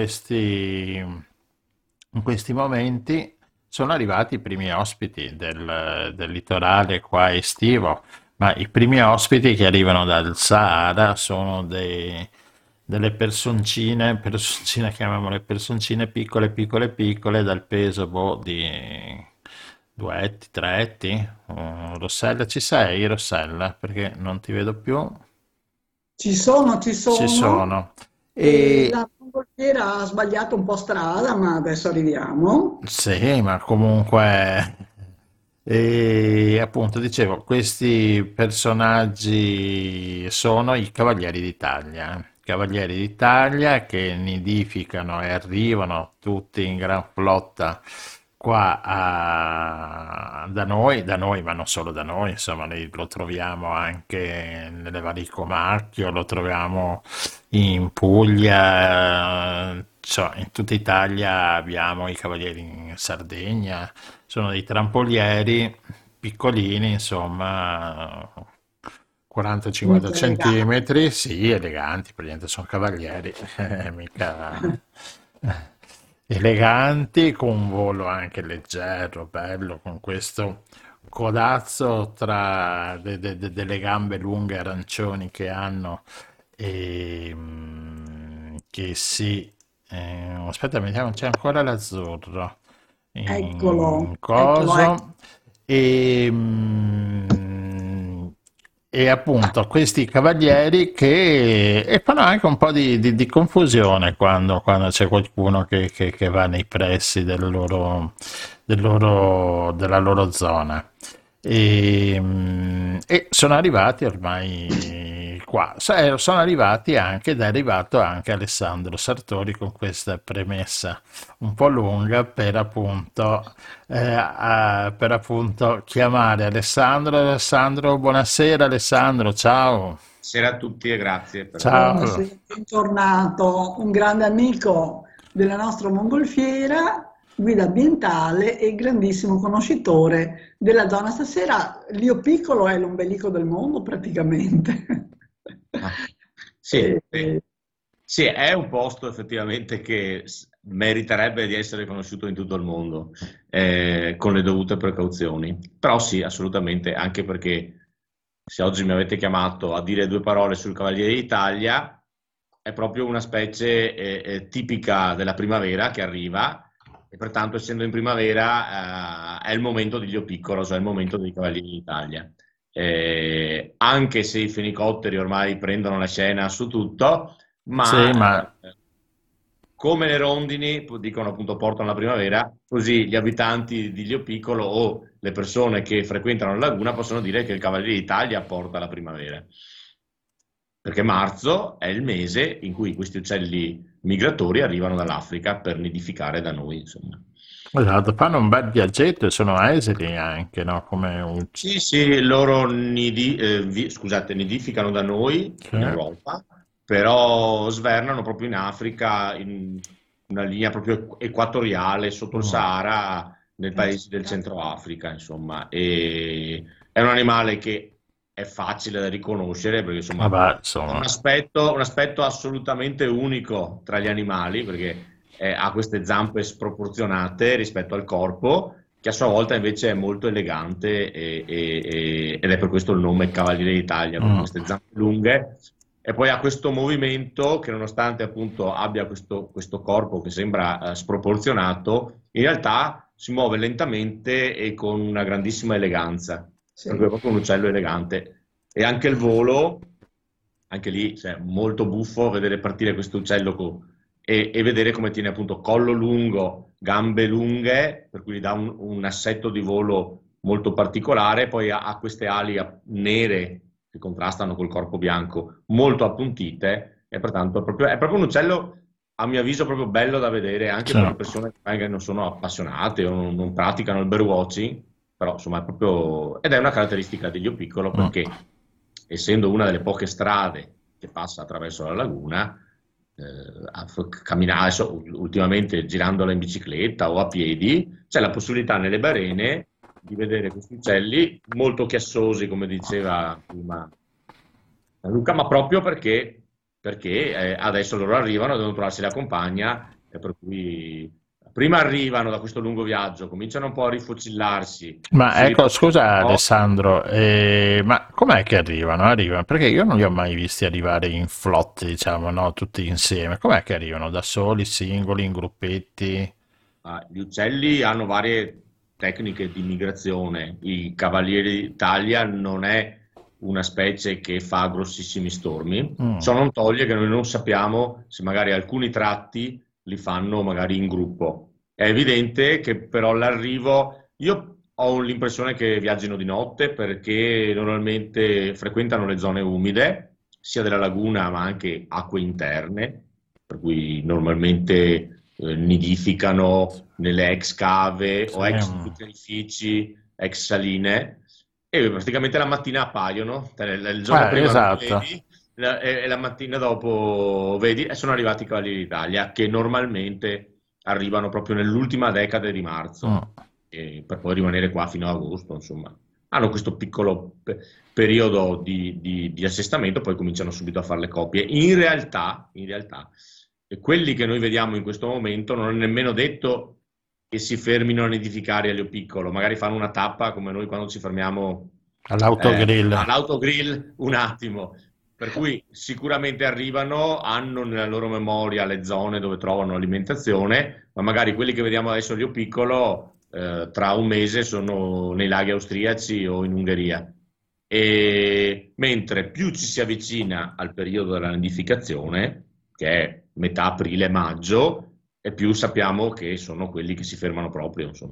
in questi momenti sono arrivati i primi ospiti del litorale qua estivo, ma i primi ospiti che arrivano dal Sahara sono delle personcine, chiamiamole personcine piccole, piccole, piccole, dal peso boh, di 2 etti, 3 etti. Rossella, ci sei, Rossella? Perché non ti vedo più. Ci Ci sono, sono. e E la mongolfiera ha sbagliato un po' strada, ma adesso arriviamo. sì, ma comunque, e appunto dicevo, questi personaggi sono i Cavalieri d'Italia. Cavalieri d'Italia che nidificano e arrivano tutti in gran flotta qua da noi, ma non solo da noi, insomma, lo troviamo anche nelle varie comarche, lo troviamo in Puglia, cioè, in tutta Italia abbiamo i Cavalieri in Sardegna, sono dei trampolieri piccolini, insomma, 40-50 Molto elegante. centimetri, sì, eleganti, praticamente sono cavalieri, mica eleganti, con un volo anche leggero, bello, con questo codazzo tra delle gambe lunghe arancioni che hanno e che si... aspetta, vediamo, c'è ancora l'azzurro Eccolo, in eccolo, ecco. coso e appunto questi cavalieri che e fanno anche un po' di confusione quando c'è qualcuno che va nei pressi della loro zona. E sono arrivati ormai qua. Sono arrivati anche, ed è arrivato anche Alessandro Sartori con questa premessa un po' lunga per appunto chiamare Alessandro. Alessandro, buonasera Alessandro, ciao. Buonasera a tutti e grazie per avermi Ciao. Buonasera, bentornato, un grande amico della nostra mongolfiera, guida ambientale e grandissimo conoscitore della zona. Stasera Lio Piccolo è l'ombelico del mondo praticamente. Ah, sì, E- sì. Sì, è un posto effettivamente che meriterebbe di essere conosciuto in tutto il mondo, con le dovute precauzioni. Però sì, assolutamente, anche perché se oggi mi avete chiamato a dire due parole sul Cavaliere d'Italia, è proprio una specie tipica della primavera che arriva e pertanto essendo in primavera è il momento di Lio Piccolo, cioè il momento dei Cavalieri d'Italia. Anche se i fenicotteri ormai prendono la scena su tutto, Sì, ma ma come le rondini dicono appunto portano la primavera, così gli abitanti di Lio Piccolo o le persone che frequentano la laguna possono dire che il Cavaliere d'Italia porta la primavera. Perché marzo è il mese in cui questi uccelli migratori arrivano dall'Africa per nidificare da noi, insomma. esatto, fanno un bel viaggetto e sono esili anche, no? Come Sì, sì, loro scusate, nidificano da noi sì. in Europa, però svernano proprio in Africa, in una linea proprio equatoriale sotto il Mm. Sahara, nei paesi del Centro Africa, insomma. E è un animale che è facile da riconoscere perché insomma Vabbè, ha insomma, un aspetto assolutamente unico tra gli animali, perché ha queste zampe sproporzionate rispetto al corpo che a sua volta invece è molto elegante ed è per questo il nome Cavaliere d'Italia, per mm. queste zampe lunghe. E poi ha questo movimento che nonostante appunto abbia questo corpo che sembra sproporzionato, in realtà si muove lentamente e con una grandissima eleganza, sì. per cui è proprio un uccello elegante. E anche il volo, anche lì, cioè, molto buffo vedere partire questo uccello e vedere come tiene appunto collo lungo, gambe lunghe, per cui gli dà un assetto di volo molto particolare, poi ha queste ali nere che contrastano col corpo bianco, molto appuntite, e pertanto è proprio un uccello, a mio avviso, proprio bello da vedere, anche Sì. per le persone che magari non sono appassionate o non praticano il birdwatching, però insomma è proprio, ed è una caratteristica dell'Io Piccolo perché essendo una delle poche strade che passa attraverso la laguna, camminare, adesso, ultimamente girandola in bicicletta o a piedi, c'è la possibilità nelle barene di vedere questi uccelli molto chiassosi, come diceva prima Luca, ma proprio perché adesso loro arrivano, devono trovarsi la compagna, e per cui prima arrivano da questo lungo viaggio, cominciano un po' a rifocillarsi, Ma si ecco, riposano un scusa po'. Alessandro, ma com'è che arrivano? Arrivano? Perché io non li ho mai visti arrivare in flotte, diciamo, no? Tutti insieme. Com'è che arrivano? Da soli, singoli, in gruppetti? Gli uccelli hanno varie tecniche di migrazione. Il Cavaliere d'Italia non è una specie che fa grossissimi stormi. Ciò non toglie che noi non sappiamo se magari alcuni tratti li fanno magari in gruppo. È evidente che però l'arrivo, io ho l'impressione che viaggino di notte perché normalmente frequentano le zone umide, sia della laguna ma anche acque interne, per cui normalmente nidificano nelle ex cave o ex zuccherifici, ex saline, e praticamente la mattina appaiono, il giorno prima non li Esatto. vedi, e la mattina dopo vedi, e sono arrivati i Cavalieri d'Italia, che normalmente arrivano proprio nell'ultima decade di marzo, per poi rimanere qua fino ad agosto, insomma. Hanno questo piccolo periodo di assestamento, poi cominciano subito a fare le coppie. In realtà, e quelli che noi vediamo in questo momento non è nemmeno detto che si fermino a nidificare a Lio Piccolo, magari fanno una tappa come noi quando ci fermiamo all'autogrill un attimo, per cui sicuramente arrivano, hanno nella loro memoria le zone dove trovano alimentazione, ma magari quelli che vediamo adesso a Lio Piccolo tra un mese sono nei laghi austriaci o in Ungheria. E mentre più ci si avvicina al periodo della nidificazione, che è metà aprile-maggio, e più sappiamo che sono quelli che si fermano proprio, insomma.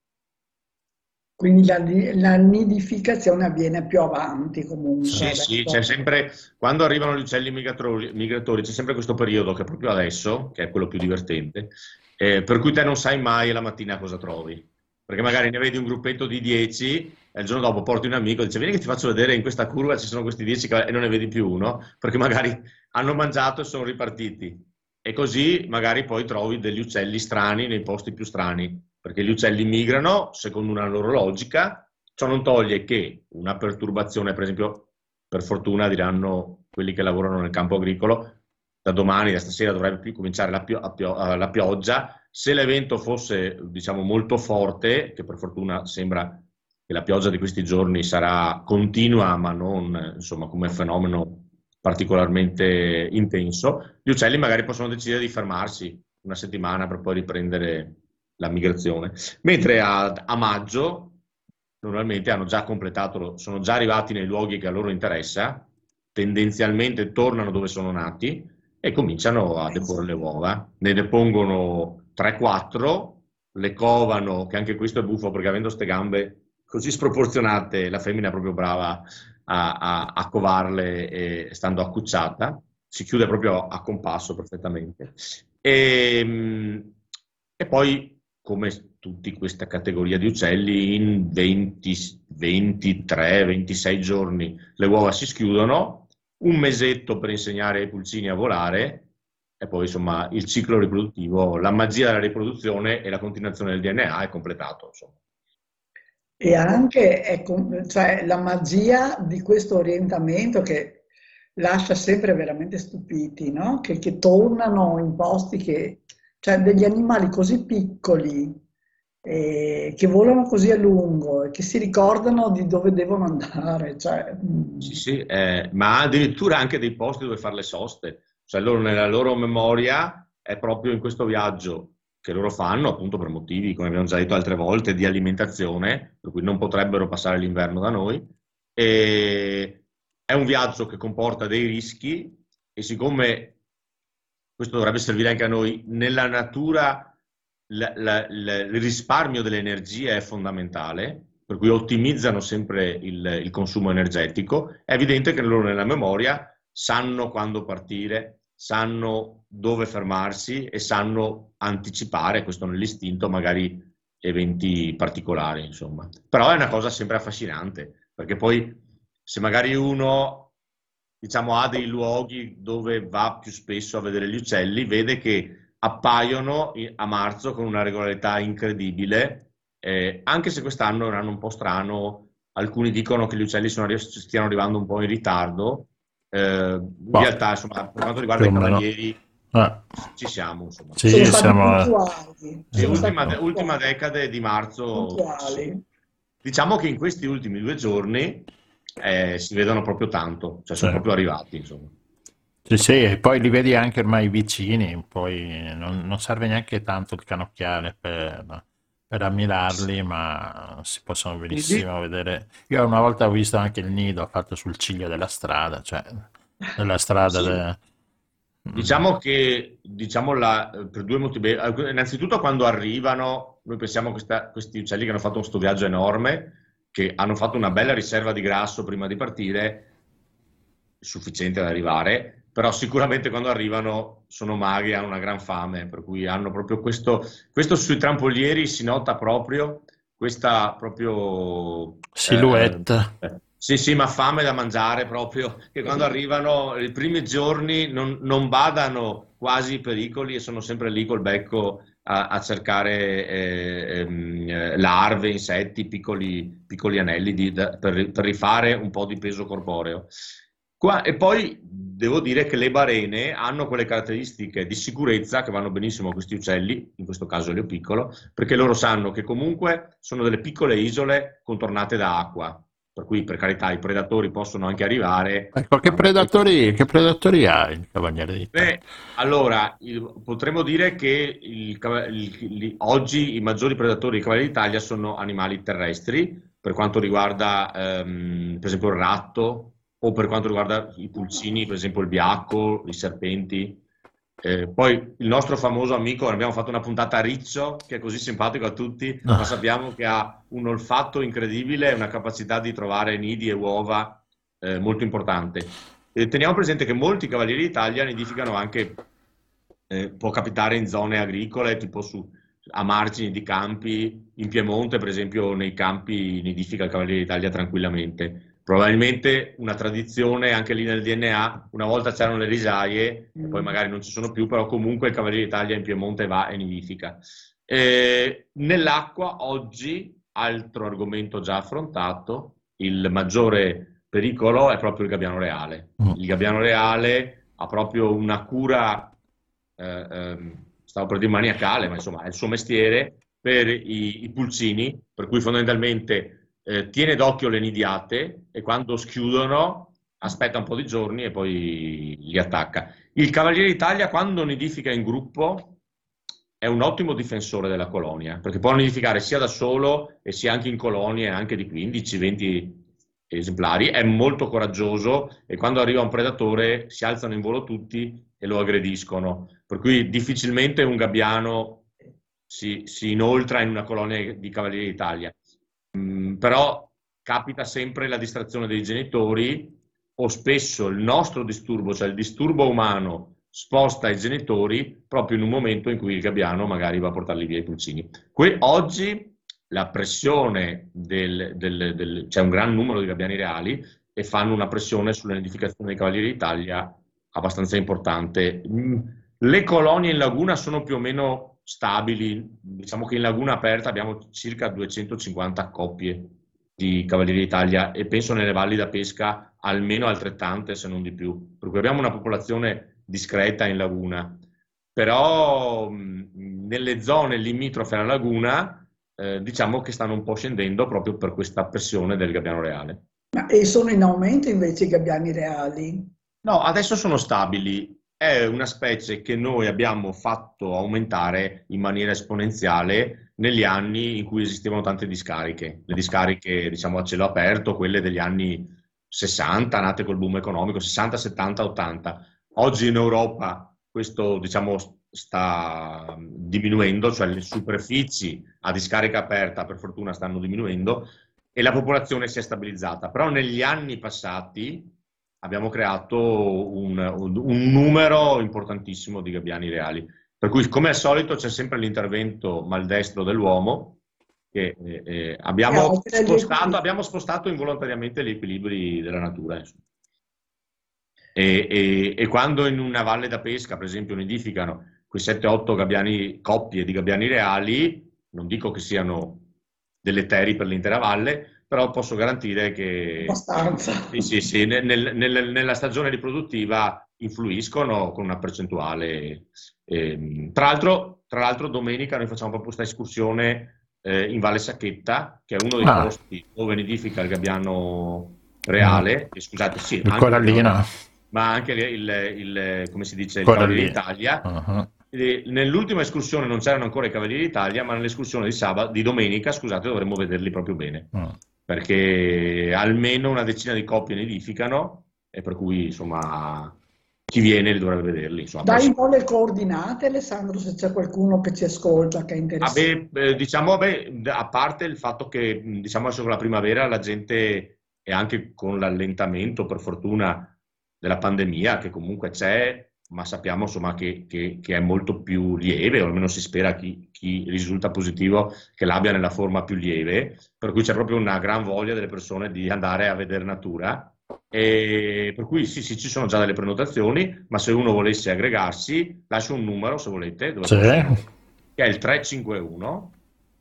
Quindi la nidificazione avviene più avanti comunque. Sì, c'è sempre, quando arrivano gli uccelli migratori, c'è sempre questo periodo che è proprio adesso, che è quello più divertente, per cui te non sai mai la mattina cosa trovi. Perché magari ne vedi un gruppetto di 10 e il giorno dopo porti un amico e dice vieni che ti faccio vedere in questa curva ci sono questi 10 e non ne vedi più uno, perché magari hanno mangiato e sono ripartiti. E così magari poi trovi degli uccelli strani nei posti più strani, perché gli uccelli migrano secondo una loro logica. Ciò non toglie che una perturbazione, per esempio, per fortuna diranno quelli che lavorano nel campo agricolo, da domani, da stasera dovrebbe più cominciare la pioggia. Se l'evento fosse, diciamo, molto forte, che per fortuna sembra che la pioggia di questi giorni sarà continua, ma non, insomma, come fenomeno particolarmente intenso, gli uccelli magari possono decidere di fermarsi una settimana per poi riprendere la migrazione. Mentre a maggio normalmente hanno già completato, sono già arrivati nei luoghi che a loro interessa, tendenzialmente tornano dove sono nati e cominciano a deporre le uova. Ne depongono 3-4, le covano, che anche questo è buffo perché avendo ste gambe così sproporzionate, la femmina è proprio brava a covarle stando accucciata, si chiude proprio a compasso perfettamente. E poi, come tutti questa categoria di uccelli, in 23-26 giorni le uova si schiudono, un mesetto per insegnare ai pulcini a volare, e poi insomma il ciclo riproduttivo, la magia della riproduzione e la continuazione del DNA è completato, insomma. E anche cioè, la magia di questo orientamento che lascia sempre veramente stupiti, no? Che tornano in posti cioè degli animali così piccoli, che volano così a lungo e che si ricordano di dove devono andare. Cioè, Sì, ma addirittura anche dei posti dove fare le soste. Cioè loro nella loro memoria è proprio in questo viaggio che loro fanno, appunto per motivi, come abbiamo già detto altre volte, di alimentazione, per cui non potrebbero passare l'inverno da noi. E è un viaggio che comporta dei rischi e siccome questo dovrebbe servire anche a noi, nella natura il risparmio dell'energia è fondamentale, per cui ottimizzano sempre il consumo energetico. È evidente che loro nella memoria sanno quando partire, sanno dove fermarsi e sanno anticipare, questo nell'istinto, magari eventi particolari, insomma. Però è una cosa sempre affascinante, perché poi se magari uno, diciamo, ha dei luoghi dove va più spesso a vedere gli uccelli, vede che appaiono a marzo con una regolarità incredibile, anche se quest'anno è un anno un po' strano. Alcuni dicono che gli uccelli stiano arrivando un po' in ritardo. In realtà, insomma, per quanto riguarda i cavalieri, ci siamo, insomma. Sì, Sono stati siamo puntuali. Sì, ultima decade di marzo. Sì. Diciamo che in questi ultimi 2 giorni si vedono proprio tanto, cioè sono proprio arrivati, insomma. Sì, e poi li vedi anche ormai vicini, poi non serve neanche tanto il canocchiale per ammirarli, ma si possono benissimo vedere. Io una volta ho visto anche il nido fatto sul ciglio della strada, cioè della strada. Sì. Diciamo che per 2 motivi. Innanzitutto, quando arrivano, noi pensiamo che questi uccelli che hanno fatto questo viaggio enorme, che hanno fatto una bella riserva di grasso prima di partire, sufficiente ad arrivare, però sicuramente quando arrivano sono magri, hanno una gran fame, per cui hanno proprio questo sui trampolieri si nota proprio questa proprio silhouette. Sì, ma fame da mangiare proprio, che quando arrivano i primi giorni non badano quasi i pericoli e sono sempre lì col becco a cercare larve, insetti, piccoli anelli per rifare un po' di peso corporeo. E poi devo dire che le balene hanno quelle caratteristiche di sicurezza che vanno benissimo a questi uccelli, in questo caso Leo piccolo, perché loro sanno che comunque sono delle piccole isole contornate da acqua, per cui per carità i predatori possono anche arrivare. Ecco, che predatori ha il Cavaliere d'Italia? Allora, potremmo dire che oggi i maggiori predatori dei Cavalieri d'Italia sono animali terrestri, per quanto riguarda per esempio il ratto, o per quanto riguarda i pulcini, per esempio il biacco, i serpenti. Poi il nostro famoso amico, abbiamo fatto una puntata a Riccio, che è così simpatico a tutti, ma sappiamo che ha un olfatto incredibile e una capacità di trovare nidi e uova molto importante. Teniamo presente che molti Cavalieri d'Italia nidificano anche, può capitare in zone agricole, tipo a margini di campi, in Piemonte per esempio nei campi nidifica il Cavaliere d'Italia tranquillamente. Probabilmente una tradizione anche lì nel DNA, una volta c'erano le risaie, e poi magari non ci sono più, però comunque il Cavaliere d'Italia in Piemonte va e nidifica. Nell'acqua oggi, altro argomento già affrontato, il maggiore pericolo è proprio il gabbiano reale. Il gabbiano reale ha proprio una cura, stavo per dire maniacale, ma insomma è il suo mestiere, per i pulcini, per cui fondamentalmente tiene d'occhio le nidiate e quando schiudono aspetta un po' di giorni e poi li attacca. Il Cavaliere d'Italia quando nidifica in gruppo è un ottimo difensore della colonia, perché può nidificare sia da solo e sia anche in colonie anche di 15-20 esemplari, è molto coraggioso e quando arriva un predatore si alzano in volo tutti e lo aggrediscono, per cui difficilmente un gabbiano si inoltra in una colonia di Cavalieri d'Italia. Però capita sempre la distrazione dei genitori o spesso il nostro disturbo, cioè il disturbo umano, sposta i genitori proprio in un momento in cui il gabbiano magari va a portarli via i pulcini. Oggi la pressione c'è un gran numero di gabbiani reali e fanno una pressione sulla nidificazione dei Cavalieri d'Italia abbastanza importante. Le colonie in laguna sono più o meno stabili, diciamo che in laguna aperta abbiamo circa 250 coppie di Cavalieri d'Italia e penso nelle valli da pesca almeno altrettante se non di più, per cui abbiamo una popolazione discreta in laguna, però nelle zone limitrofe alla laguna diciamo che stanno un po' scendendo proprio per questa pressione del gabbiano reale. E sono in aumento invece i gabbiani reali? No, adesso sono stabili. È una specie che noi abbiamo fatto aumentare in maniera esponenziale negli anni in cui esistevano tante discariche. Le discariche, diciamo, a cielo aperto, quelle degli anni 60, nate col boom economico, 60, 70, 80. Oggi in Europa questo, diciamo, sta diminuendo, cioè le superfici a discarica aperta per fortuna stanno diminuendo e la popolazione si è stabilizzata. Però negli anni passati abbiamo creato un numero importantissimo di gabbiani reali. Per cui, come al solito, c'è sempre l'intervento maldestro dell'uomo che abbiamo spostato involontariamente gli equilibri della natura. Insomma. E quando in una valle da pesca, per esempio, nidificano quei 7-8 coppie di gabbiani reali, non dico che siano deleteri per l'intera valle, però posso garantire che abbastanza. Sì, nella stagione riproduttiva influiscono con una percentuale. Tra l'altro domenica noi facciamo proprio questa escursione in Valle Sacchetta, che è uno dei posti dove nidifica il gabbiano reale, scusate, sì, il corallino, ma anche come si dice, il Cavaliere d'Italia. Uh-huh. Nell'ultima escursione non c'erano ancora i Cavalieri d'Italia, ma nell'escursione di domenica, scusate, dovremmo vederli proprio bene, perché almeno una decina di coppie nidificano, e per cui insomma chi viene li dovrebbe vederli. Insomma, dai un po' le coordinate, Alessandro, se c'è qualcuno che ci ascolta che è interessato. A parte il fatto che diciamo adesso con la primavera la gente, e anche con l'allentamento per fortuna della pandemia che comunque c'è, ma sappiamo insomma che è molto più lieve, o almeno si spera chi risulta positivo che l'abbia nella forma più lieve, per cui c'è proprio una gran voglia delle persone di andare a vedere natura, e per cui sì, ci sono già delle prenotazioni, ma se uno volesse aggregarsi lascio un numero se volete, che è il 351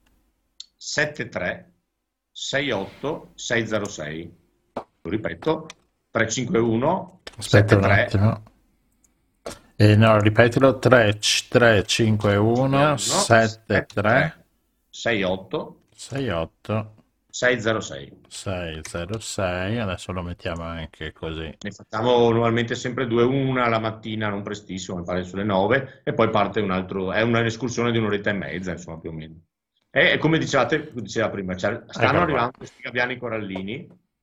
73 68 606. Lo ripeto, 351 73. No, ripetilo, 351 73 68 606. Adesso lo mettiamo anche così. Ne facciamo normalmente sempre 2-1 la mattina, non prestissimo, mi pare sulle 9, e poi parte un altro, è un'escursione di un'oretta e mezza, insomma, più o meno. E come diceva prima, stanno arrivando questi gabbiani corallini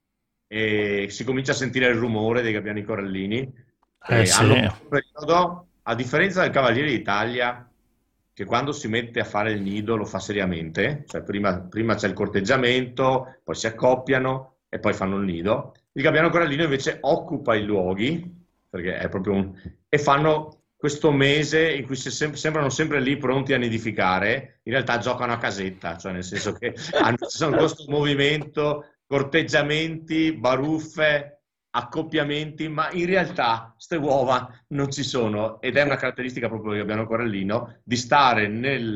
e si comincia a sentire il rumore dei gabbiani corallini. Hanno un periodo, a differenza del Cavaliere d'Italia, che quando si mette a fare il nido lo fa seriamente, cioè prima c'è il corteggiamento, poi si accoppiano e poi fanno il nido. Il gabbiano corallino invece occupa i luoghi, perché è proprio e fanno questo mese in cui sembrano sempre lì pronti a nidificare, in realtà giocano a casetta, cioè nel senso che ci sono questo movimento, corteggiamenti, baruffe, accoppiamenti, ma in realtà queste uova non ci sono, ed è una caratteristica proprio del gabbiano corallino di stare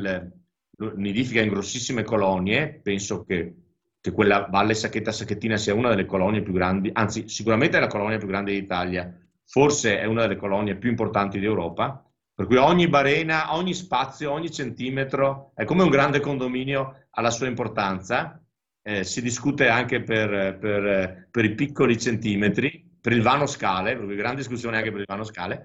nidifica in grossissime colonie. Penso che quella Valle Sacchettina sia una delle colonie più grandi, anzi sicuramente è la colonia più grande d'Italia, forse è una delle colonie più importanti d'Europa, per cui ogni barena, ogni spazio, ogni centimetro è come un grande condominio, ha la sua importanza. Si discute anche per i piccoli centimetri, per il vano scale, proprio grande discussione anche per il vano scale,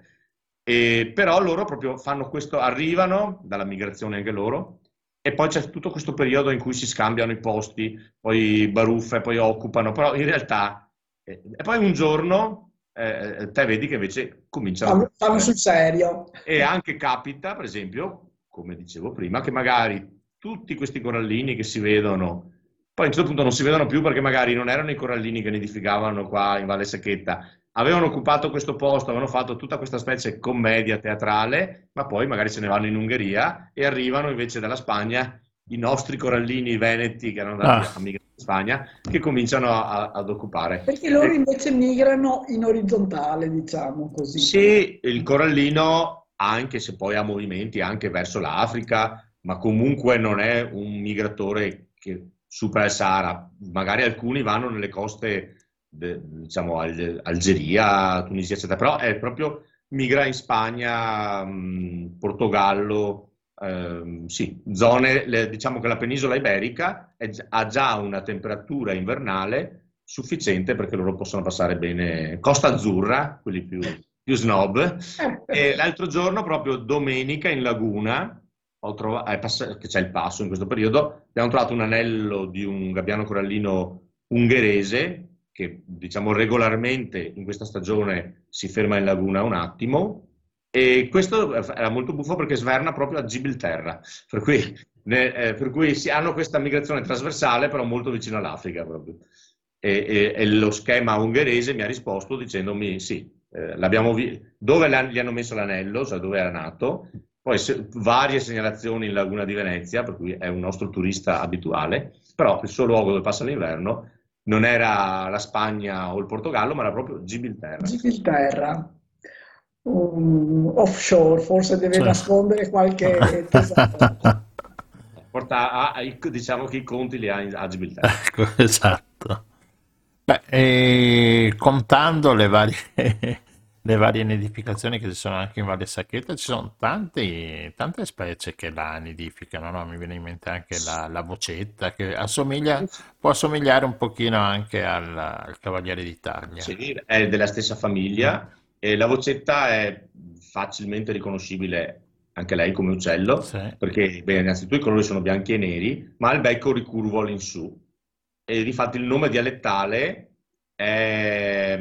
però loro proprio fanno questo, arrivano dalla migrazione anche loro, e poi c'è tutto questo periodo in cui si scambiano i posti, poi baruffe, poi occupano, però in realtà, e poi un giorno te vedi che invece cominciano stanno sul serio. E anche capita, per esempio, come dicevo prima, che magari tutti questi corallini che si vedono, poi a un certo punto non si vedono più perché magari non erano i corallini che nidificavano qua in Valle Sacchetta, avevano occupato questo posto, avevano fatto tutta questa specie commedia teatrale, ma poi magari se ne vanno in Ungheria e arrivano invece dalla Spagna i nostri corallini veneti che erano andati a migrare in Spagna, che cominciano ad occupare. Perché loro invece migrano in orizzontale, diciamo così. Sì, il corallino, anche se poi ha movimenti anche verso l'Africa, ma comunque non è un migratore che supera il Sahara. Magari alcuni vanno nelle coste, diciamo Algeria, Tunisia, eccetera, però è proprio migra in Spagna, Portogallo, sì, zone, diciamo che la penisola iberica ha già una temperatura invernale sufficiente perché loro possono passare bene. Costa Azzurra, quelli più snob. E l'altro giorno, proprio domenica, in laguna, che c'è il passo in questo periodo, abbiamo trovato un anello di un gabbiano corallino ungherese che, diciamo, regolarmente in questa stagione si ferma in laguna un attimo, e questo era molto buffo perché sverna proprio a Gibilterra, per cui hanno questa migrazione trasversale però molto vicino all'Africa proprio. E lo schema ungherese mi ha risposto dicendomi sì, dove gli hanno messo l'anello, cioè dove era nato, Poi varie segnalazioni in Laguna di Venezia, per cui è un nostro turista abituale, però il suo luogo dove passa l'inverno non era la Spagna o il Portogallo, ma era proprio Gibilterra. Gibilterra, offshore, forse deve Cioè. nascondere qualche tesoro. Diciamo che i conti li ha a Gibilterra. Ecco, esatto. Beh, contando le varie nidificazioni che ci sono anche in Valle Sacchetta, ci sono tante specie che la nidificano, no? Mi viene in mente anche la vocetta, che può assomigliare un pochino anche al Cavaliere d'Italia. Sì, è della stessa famiglia e la vocetta è facilmente riconoscibile anche lei come uccello, Sì. perché beh, innanzitutto i colori sono bianchi e neri, ma ha il becco ricurvo all'insù. E difatti il nome dialettale è,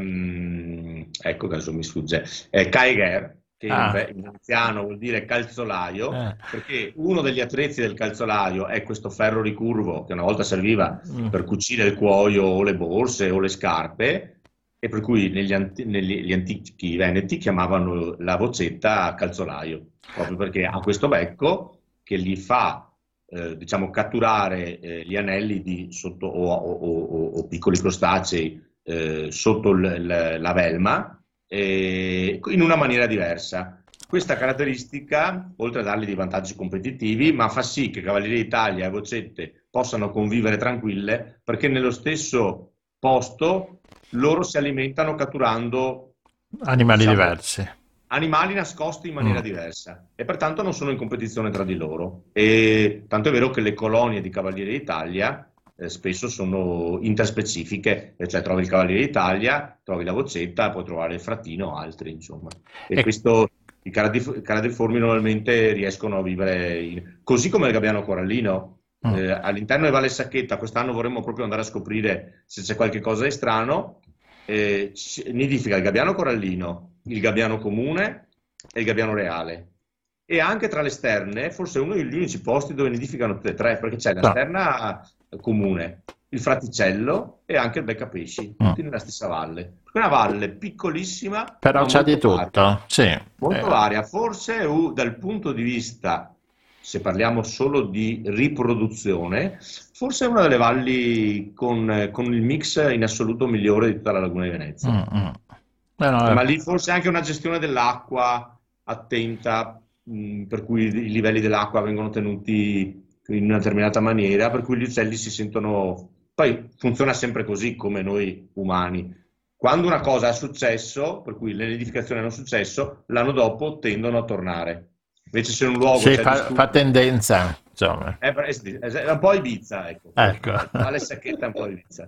ecco che adesso mi sfugge, è Kaiger, che in veneziano vuol dire calzolaio, perché uno degli attrezzi del calzolaio è questo ferro ricurvo che una volta serviva per cucire il cuoio o le borse o le scarpe, e per cui gli antichi veneti chiamavano la vocetta calzolaio, proprio perché ha questo becco che gli fa diciamo catturare gli anelli sotto, o piccoli crostacei sotto la velma in una maniera diversa. Questa caratteristica, oltre a dargli dei vantaggi competitivi, ma fa sì che Cavaliere d'Italia e vocette possano convivere tranquille, perché nello stesso posto loro si alimentano catturando Animali diversi. Animali nascosti in maniera diversa e pertanto non sono in competizione tra di loro. E tanto è vero che le colonie di Cavaliere d'Italia spesso sono interspecifiche, cioè trovi il Cavaliere d'Italia, trovi la vocetta, puoi trovare il frattino o altri, insomma. E questo i caradriformi normalmente riescono a vivere così come il gabbiano corallino. All'interno di Valle Sacchetta quest'anno vorremmo proprio andare a scoprire se c'è qualche cosa di strano. Nidifica il gabbiano corallino, il gabbiano comune e il gabbiano reale, e anche tra le sterne forse è uno degli unici posti dove nidificano tutte e tre, perché c'è la sterna comune, il fraticello e anche il beccapesci, tutti nella stessa valle. È una valle piccolissima, però c'è di tutto, varia. sì. Molto varia, forse dal punto di vista, se parliamo solo di riproduzione, forse è una delle valli con il mix in assoluto migliore di tutta la Laguna di Venezia. Ma lì forse anche una gestione dell'acqua attenta, per cui i livelli dell'acqua vengono tenuti in una determinata maniera, per cui gli uccelli si sentono... Poi funziona sempre così come noi umani. Quando una cosa ha successo, per cui le nidificazioni hanno successo, l'anno dopo tendono a tornare. Invece se un luogo... Sì, fa tendenza, insomma. È un po' Ibiza, ecco. Valle Sacchetta è un po' Ibiza.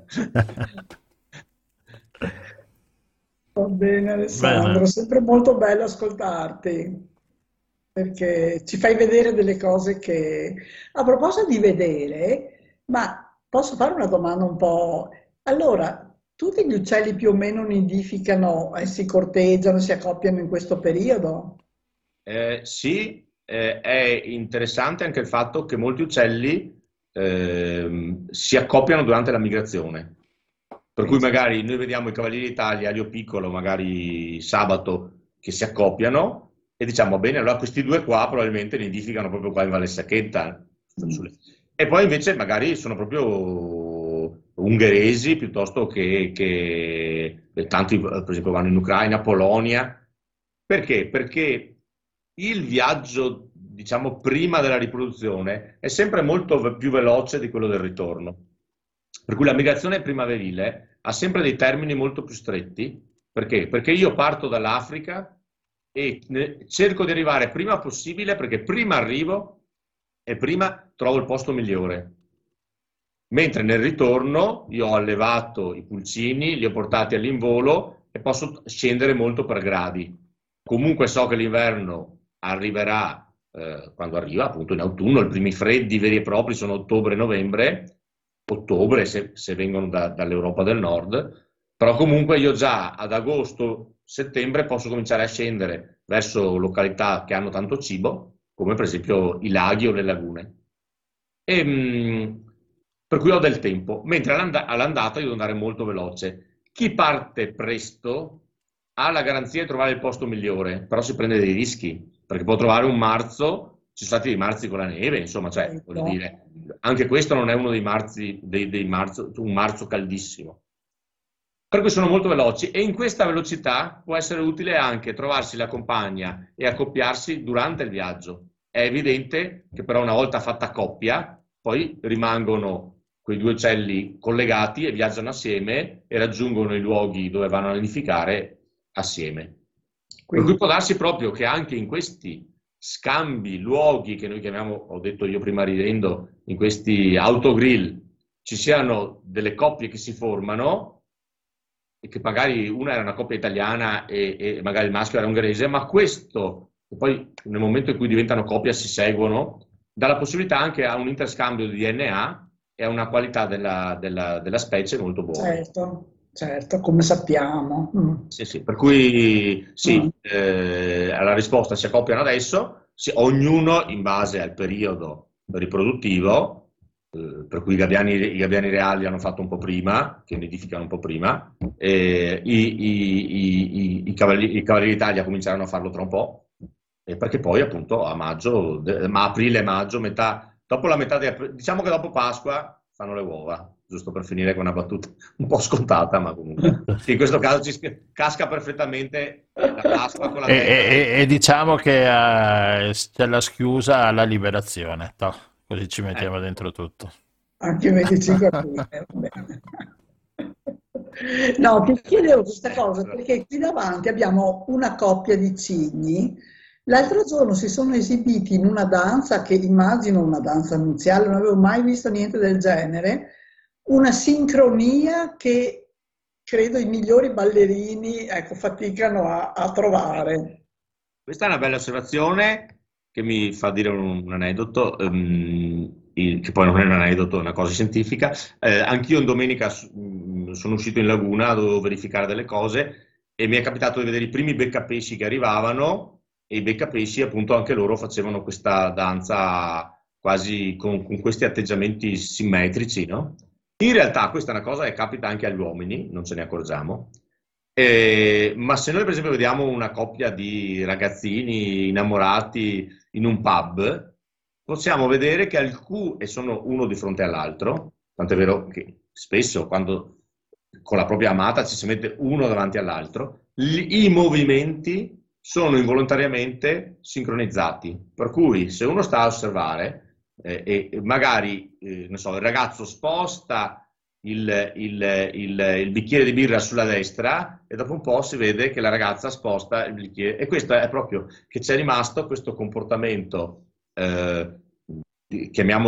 Va bene Alessandro, sempre molto bello ascoltarti, perché ci fai vedere delle cose che... A proposito di vedere, ma posso fare una domanda un po'... Allora, tutti gli uccelli più o meno nidificano e si corteggiano, si accoppiano in questo periodo? Sì, è interessante anche il fatto che molti uccelli si accoppiano durante la migrazione. Per cui magari noi vediamo i Cavalieri d'Italia, Alio Piccolo, magari Sabato, che si accoppiano e diciamo, bene, allora questi due qua probabilmente nidificano proprio qua in Valle Sacchetta. E poi invece magari sono proprio ungheresi piuttosto che tanti, per esempio, vanno in Ucraina, Polonia. Perché? Perché il viaggio, diciamo, prima della riproduzione è sempre molto più veloce di quello del ritorno. Per cui la migrazione primaverile ha sempre dei termini molto più stretti. Perché? Perché io parto dall'Africa e cerco di arrivare prima possibile, perché prima arrivo e prima trovo il posto migliore. Mentre nel ritorno io ho allevato i pulcini, li ho portati all'involo e posso scendere molto per gradi. Comunque so che l'inverno arriverà quando arriva, appunto in autunno. I primi freddi veri e propri sono ottobre-novembre, ottobre se vengono dall'Europa del Nord, però comunque io già ad agosto-settembre posso cominciare a scendere verso località che hanno tanto cibo, come per esempio i laghi o le lagune. Per cui ho del tempo, mentre all'andata io devo andare molto veloce. Chi parte presto ha la garanzia di trovare il posto migliore, però si prende dei rischi, perché può trovare un marzo, ci sono stati dei marzi con la neve, insomma, cioè, voglio dire, anche questo non è uno dei marzi, un marzo caldissimo. Per cui sono molto veloci e in questa velocità può essere utile anche trovarsi la compagna e accoppiarsi durante il viaggio. È evidente che però una volta fatta coppia, poi rimangono quei due uccelli collegati e viaggiano assieme e raggiungono i luoghi dove vanno a nidificare assieme. Per cui può darsi proprio che anche in questi scambi, luoghi che noi chiamiamo, ho detto io prima ridendo, in questi autogrill, ci siano delle coppie che si formano, e che magari una era una coppia italiana e magari il maschio era ungherese, ma questo, e poi nel momento in cui diventano coppia si seguono, dà la possibilità anche a un interscambio di DNA e a una qualità della specie molto buona. Certo, come sappiamo. Sì, per cui sì, alla risposta si accoppiano adesso, ognuno in base al periodo riproduttivo, per cui i gabbiani reali hanno fatto un po' prima, che nidificano un po' prima, i Cavalieri d'Italia cominceranno a farlo tra un po', perché poi appunto a maggio, aprile-maggio, dopo la metà diciamo che dopo Pasqua fanno le uova, giusto per finire con una battuta un po' scontata, ma comunque in questo caso ci casca perfettamente la Pasqua con la e diciamo che c'è la schiusa alla liberazione, così ci mettiamo dentro tutto. Anche 25 aprile, va bene. No, ti chiedevo questa cosa perché qui davanti abbiamo una coppia di cigni. L'altro giorno si sono esibiti in una danza che immagino una danza nuziale, non avevo mai visto niente del genere, una sincronia che credo i migliori ballerini faticano a trovare. Questa è una bella osservazione che mi fa dire un aneddoto, che poi non è un aneddoto, è una cosa scientifica. Anch'io in domenica sono uscito in laguna, dovevo verificare delle cose e mi è capitato di vedere i primi beccapesci che arrivavano e i beccapesci appunto anche loro facevano questa danza quasi con questi atteggiamenti simmetrici, no? In realtà questa è una cosa che capita anche agli uomini, non ce ne accorgiamo. Ma se noi per esempio vediamo una coppia di ragazzini innamorati in un pub, possiamo vedere che e sono uno di fronte all'altro, tant'è vero che spesso quando con la propria amata ci si mette uno davanti all'altro, i movimenti sono involontariamente sincronizzati, per cui se uno sta a osservare e magari non so, il ragazzo sposta il bicchiere di birra sulla destra e dopo un po' si vede che la ragazza sposta il bicchiere, e questo è proprio che c'è rimasto questo comportamento chiamiamo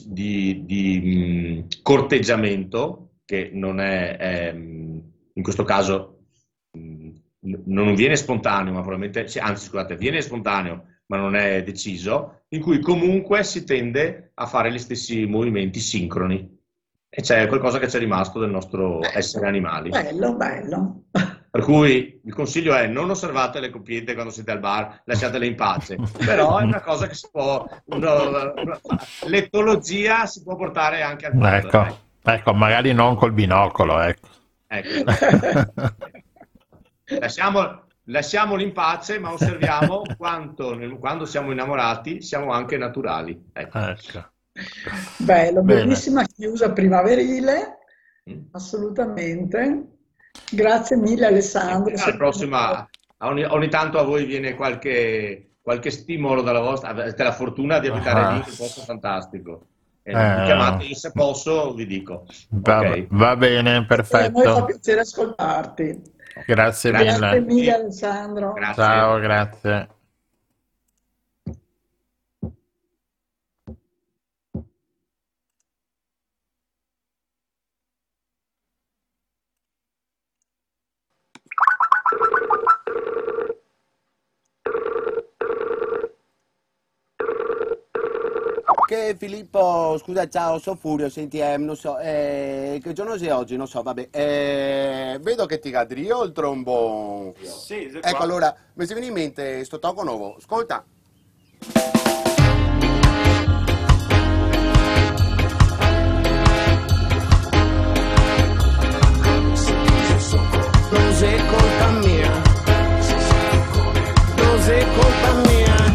di corteggiamento, che non è in questo caso non viene spontaneo, ma probabilmente anzi scusate, viene spontaneo ma non è deciso, in cui comunque si tende a fare gli stessi movimenti sincroni. E c'è qualcosa che c'è rimasto del nostro essere animali. Bello. Per cui il consiglio è: non osservate le coppiette quando siete al bar, lasciatele in pace. Però è una cosa che si può, l'etologia si può portare anche al mondo. Ecco, magari non col binocolo, ecco. Lasciamoli in pace, ma osserviamo quando siamo innamorati siamo anche naturali. Ecco. Bello, bellissima chiusa primaverile, assolutamente. Grazie mille Alessandro. La prossima, ogni tanto a voi viene qualche stimolo dalla vostra, avete la fortuna di abitare lì, un posto fantastico. Mi chiamate, io se posso vi dico. Va bene, perfetto. A noi fa piacere ascoltarti. Grazie mille. Grazie mille Alessandro. Grazie. Ciao, grazie. Che Filippo, scusa, ciao, sono Furio, senti, non so, che giorno sei oggi? Non so, vabbè, vedo che ti cadrio il trombone. Sì, ecco, allora, mi si viene in mente sto tocco nuovo, ascolta. Non è colpa mia, non è colpa mia.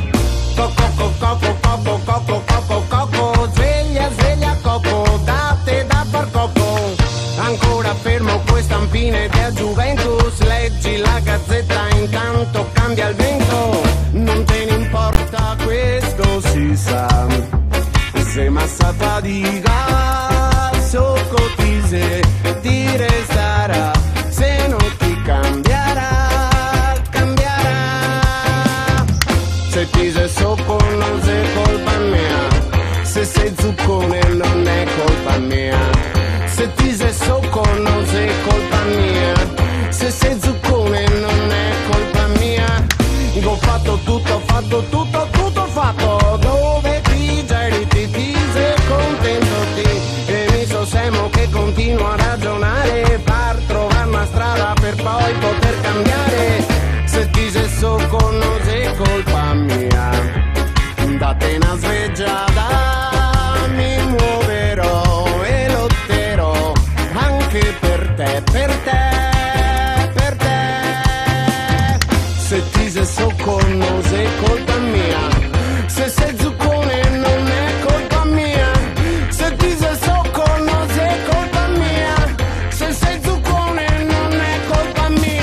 quanto cambia il vento, non te ne importa, questo si sa. Se massa fatica, soccotise, ti resterà, se non ti cambierà, cambierà. Se ti sei socco non sei colpa mia, se sei zuccone non è colpa mia. Se ti sei socco non sei colpa mia, se sei zuccone non è colpa mia. Ho fatto tutto, tutto fatto, dove ti giri, ti sei contento ti. E mi so semo che continuo a ragionare per trovare una strada per poi poter cambiare. Se ti sei socco non sei colpa mia, date una sveggiata, mi muoverò e lotterò anche per te, per te, per te. Se ti sei socco non sei colpa mia, se sei zuccone non è colpa mia. Se ti sei socco non sei colpa mia, se sei zuccone non è colpa mia.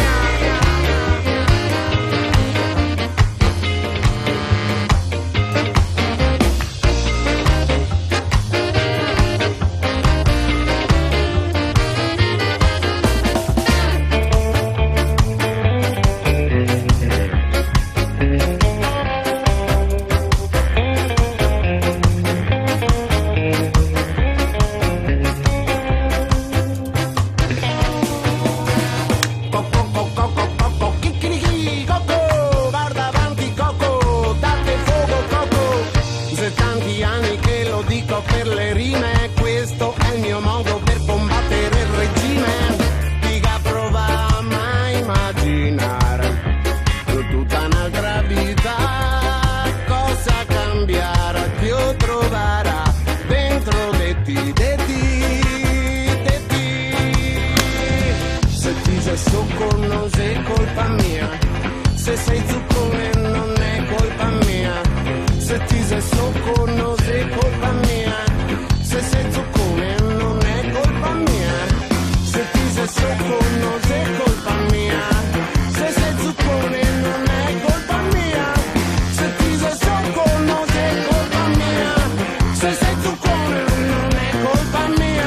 Se sei zuccone non è colpa mia, se ti sei socco non sei colpa mia, se sei zuccone non è colpa mia, se ti sei socco non sei colpa mia, se sei zuccone non è colpa mia, se ti sei socco non sei colpa mia, se sei zuccone non è colpa mia.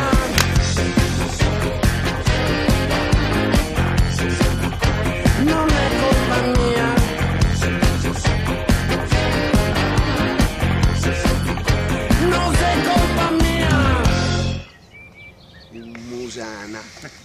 Non è colpa mia. Non sei colpa mia. Musana.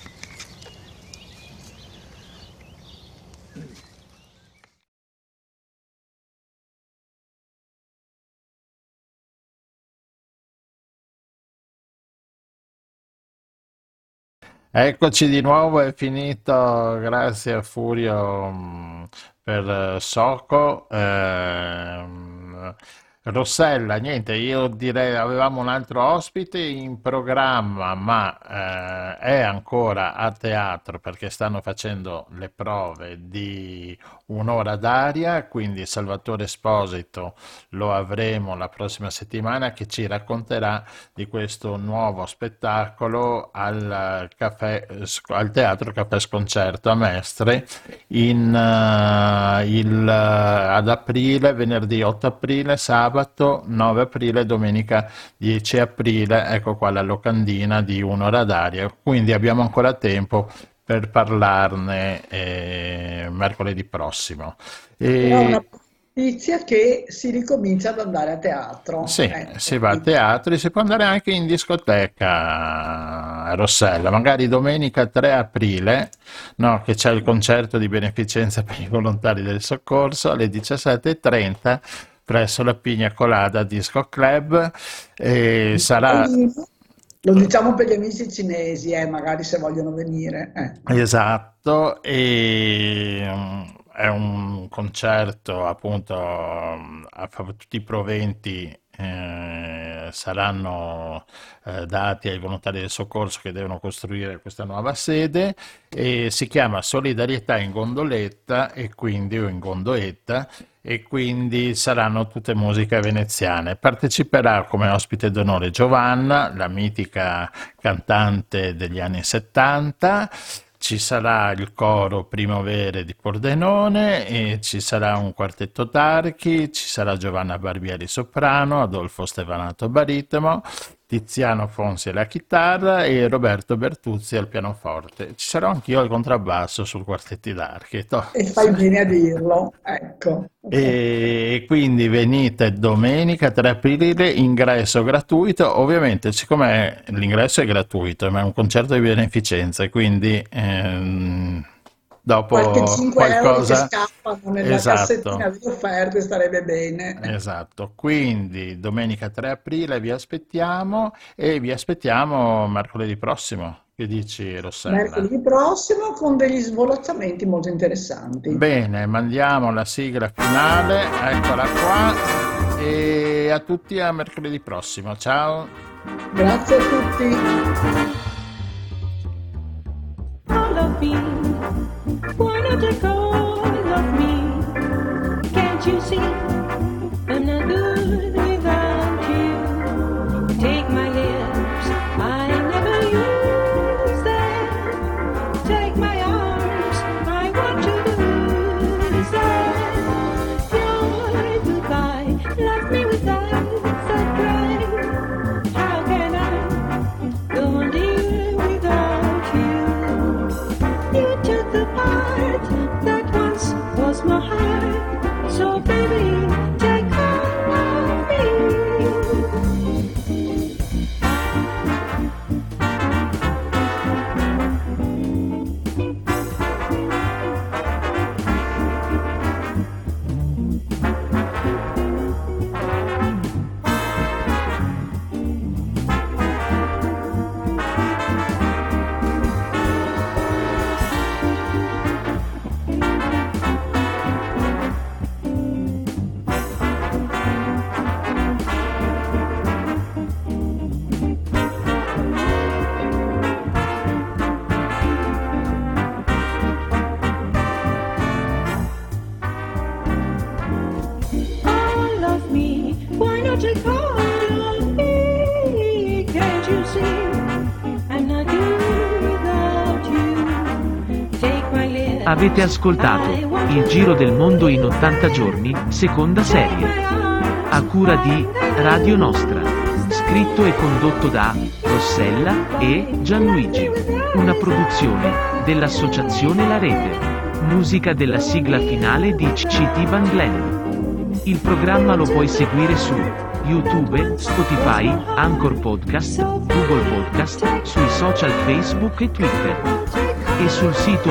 Eccoci di nuovo, è finito, grazie a Furio per Socco. Rossella, niente, io direi avevamo un altro ospite in programma, ma è ancora a teatro perché stanno facendo le prove di Un'ora d'aria, quindi Salvatore Esposito lo avremo la prossima settimana che ci racconterà di questo nuovo spettacolo al Teatro Caffè Sconcerto a Mestre ad aprile, venerdì 8 aprile, sabato 9 aprile, domenica 10 aprile, ecco qua la locandina di Un'ora d'aria, quindi abbiamo ancora tempo per parlarne mercoledì prossimo. Però una notizia che si ricomincia ad andare a teatro. Sì, si va a teatro e si può andare anche in discoteca a Rossella, magari domenica 3 aprile, no, che c'è il concerto di beneficenza per i volontari del soccorso alle 17:30 presso la Pigna Colada Disco Club e sarà... Lo diciamo per gli amici cinesi, magari se vogliono venire. Esatto, e è un concerto appunto tutti i proventi saranno dati ai volontari del soccorso che devono costruire questa nuova sede e si chiama Solidarietà in gondoletta o in gondoletta e quindi saranno tutte musiche veneziane. Parteciperà come ospite d'onore Giovanna, la mitica cantante degli anni 70. ci sarà il coro Primavere di Pordenone, e ci sarà un quartetto d'archi, ci sarà Giovanna Barbieri soprano, Adolfo Stevanato baritono, Tiziano Fonsi alla chitarra e Roberto Bertuzzi al pianoforte. Ci sarò anch'io al contrabbasso sul quartetti d'archi. E fai bene a dirlo, ecco. E quindi venite domenica 3 aprile, ingresso gratuito. Ovviamente, siccome l'ingresso è gratuito, ma è un concerto di beneficenza, e quindi dopo qualche 5 qualcosa euro che scappano nella cassettina delle offerte starebbe bene. Esatto, quindi domenica 3 aprile vi aspettiamo, e vi aspettiamo mercoledì prossimo. Che dici, Rossella? Mercoledì prossimo con degli svolazzamenti molto interessanti. Bene, mandiamo la sigla finale, eccola qua, e a tutti a mercoledì prossimo. Ciao. Grazie a tutti. All of me, why not take all of me? Can't you see I'm not good without you? Take my lips, I never use them. Take my arms, I want to lose them. Your goodbye left me with eyes that cry. How can I go on dear without you? You took the part that once was my heart. So baby, take hold of me. All of me, why not take all of me? Can't you see I'm not good without you? Take my lips, Avete ascoltato Il Giro del Mondo in 80 giorni, seconda serie. A cura di Radio Nostra. Scritto e condotto da Rossella e Gianluigi. Una produzione dell'associazione La Rete. Musica della sigla finale di CT Van Glen. Il programma lo puoi seguire su YouTube, Spotify, Anchor Podcast, Google Podcast, sui social Facebook e Twitter. E sul sito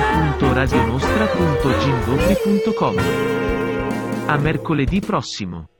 www.radionostra.gindopri.com. A mercoledì prossimo.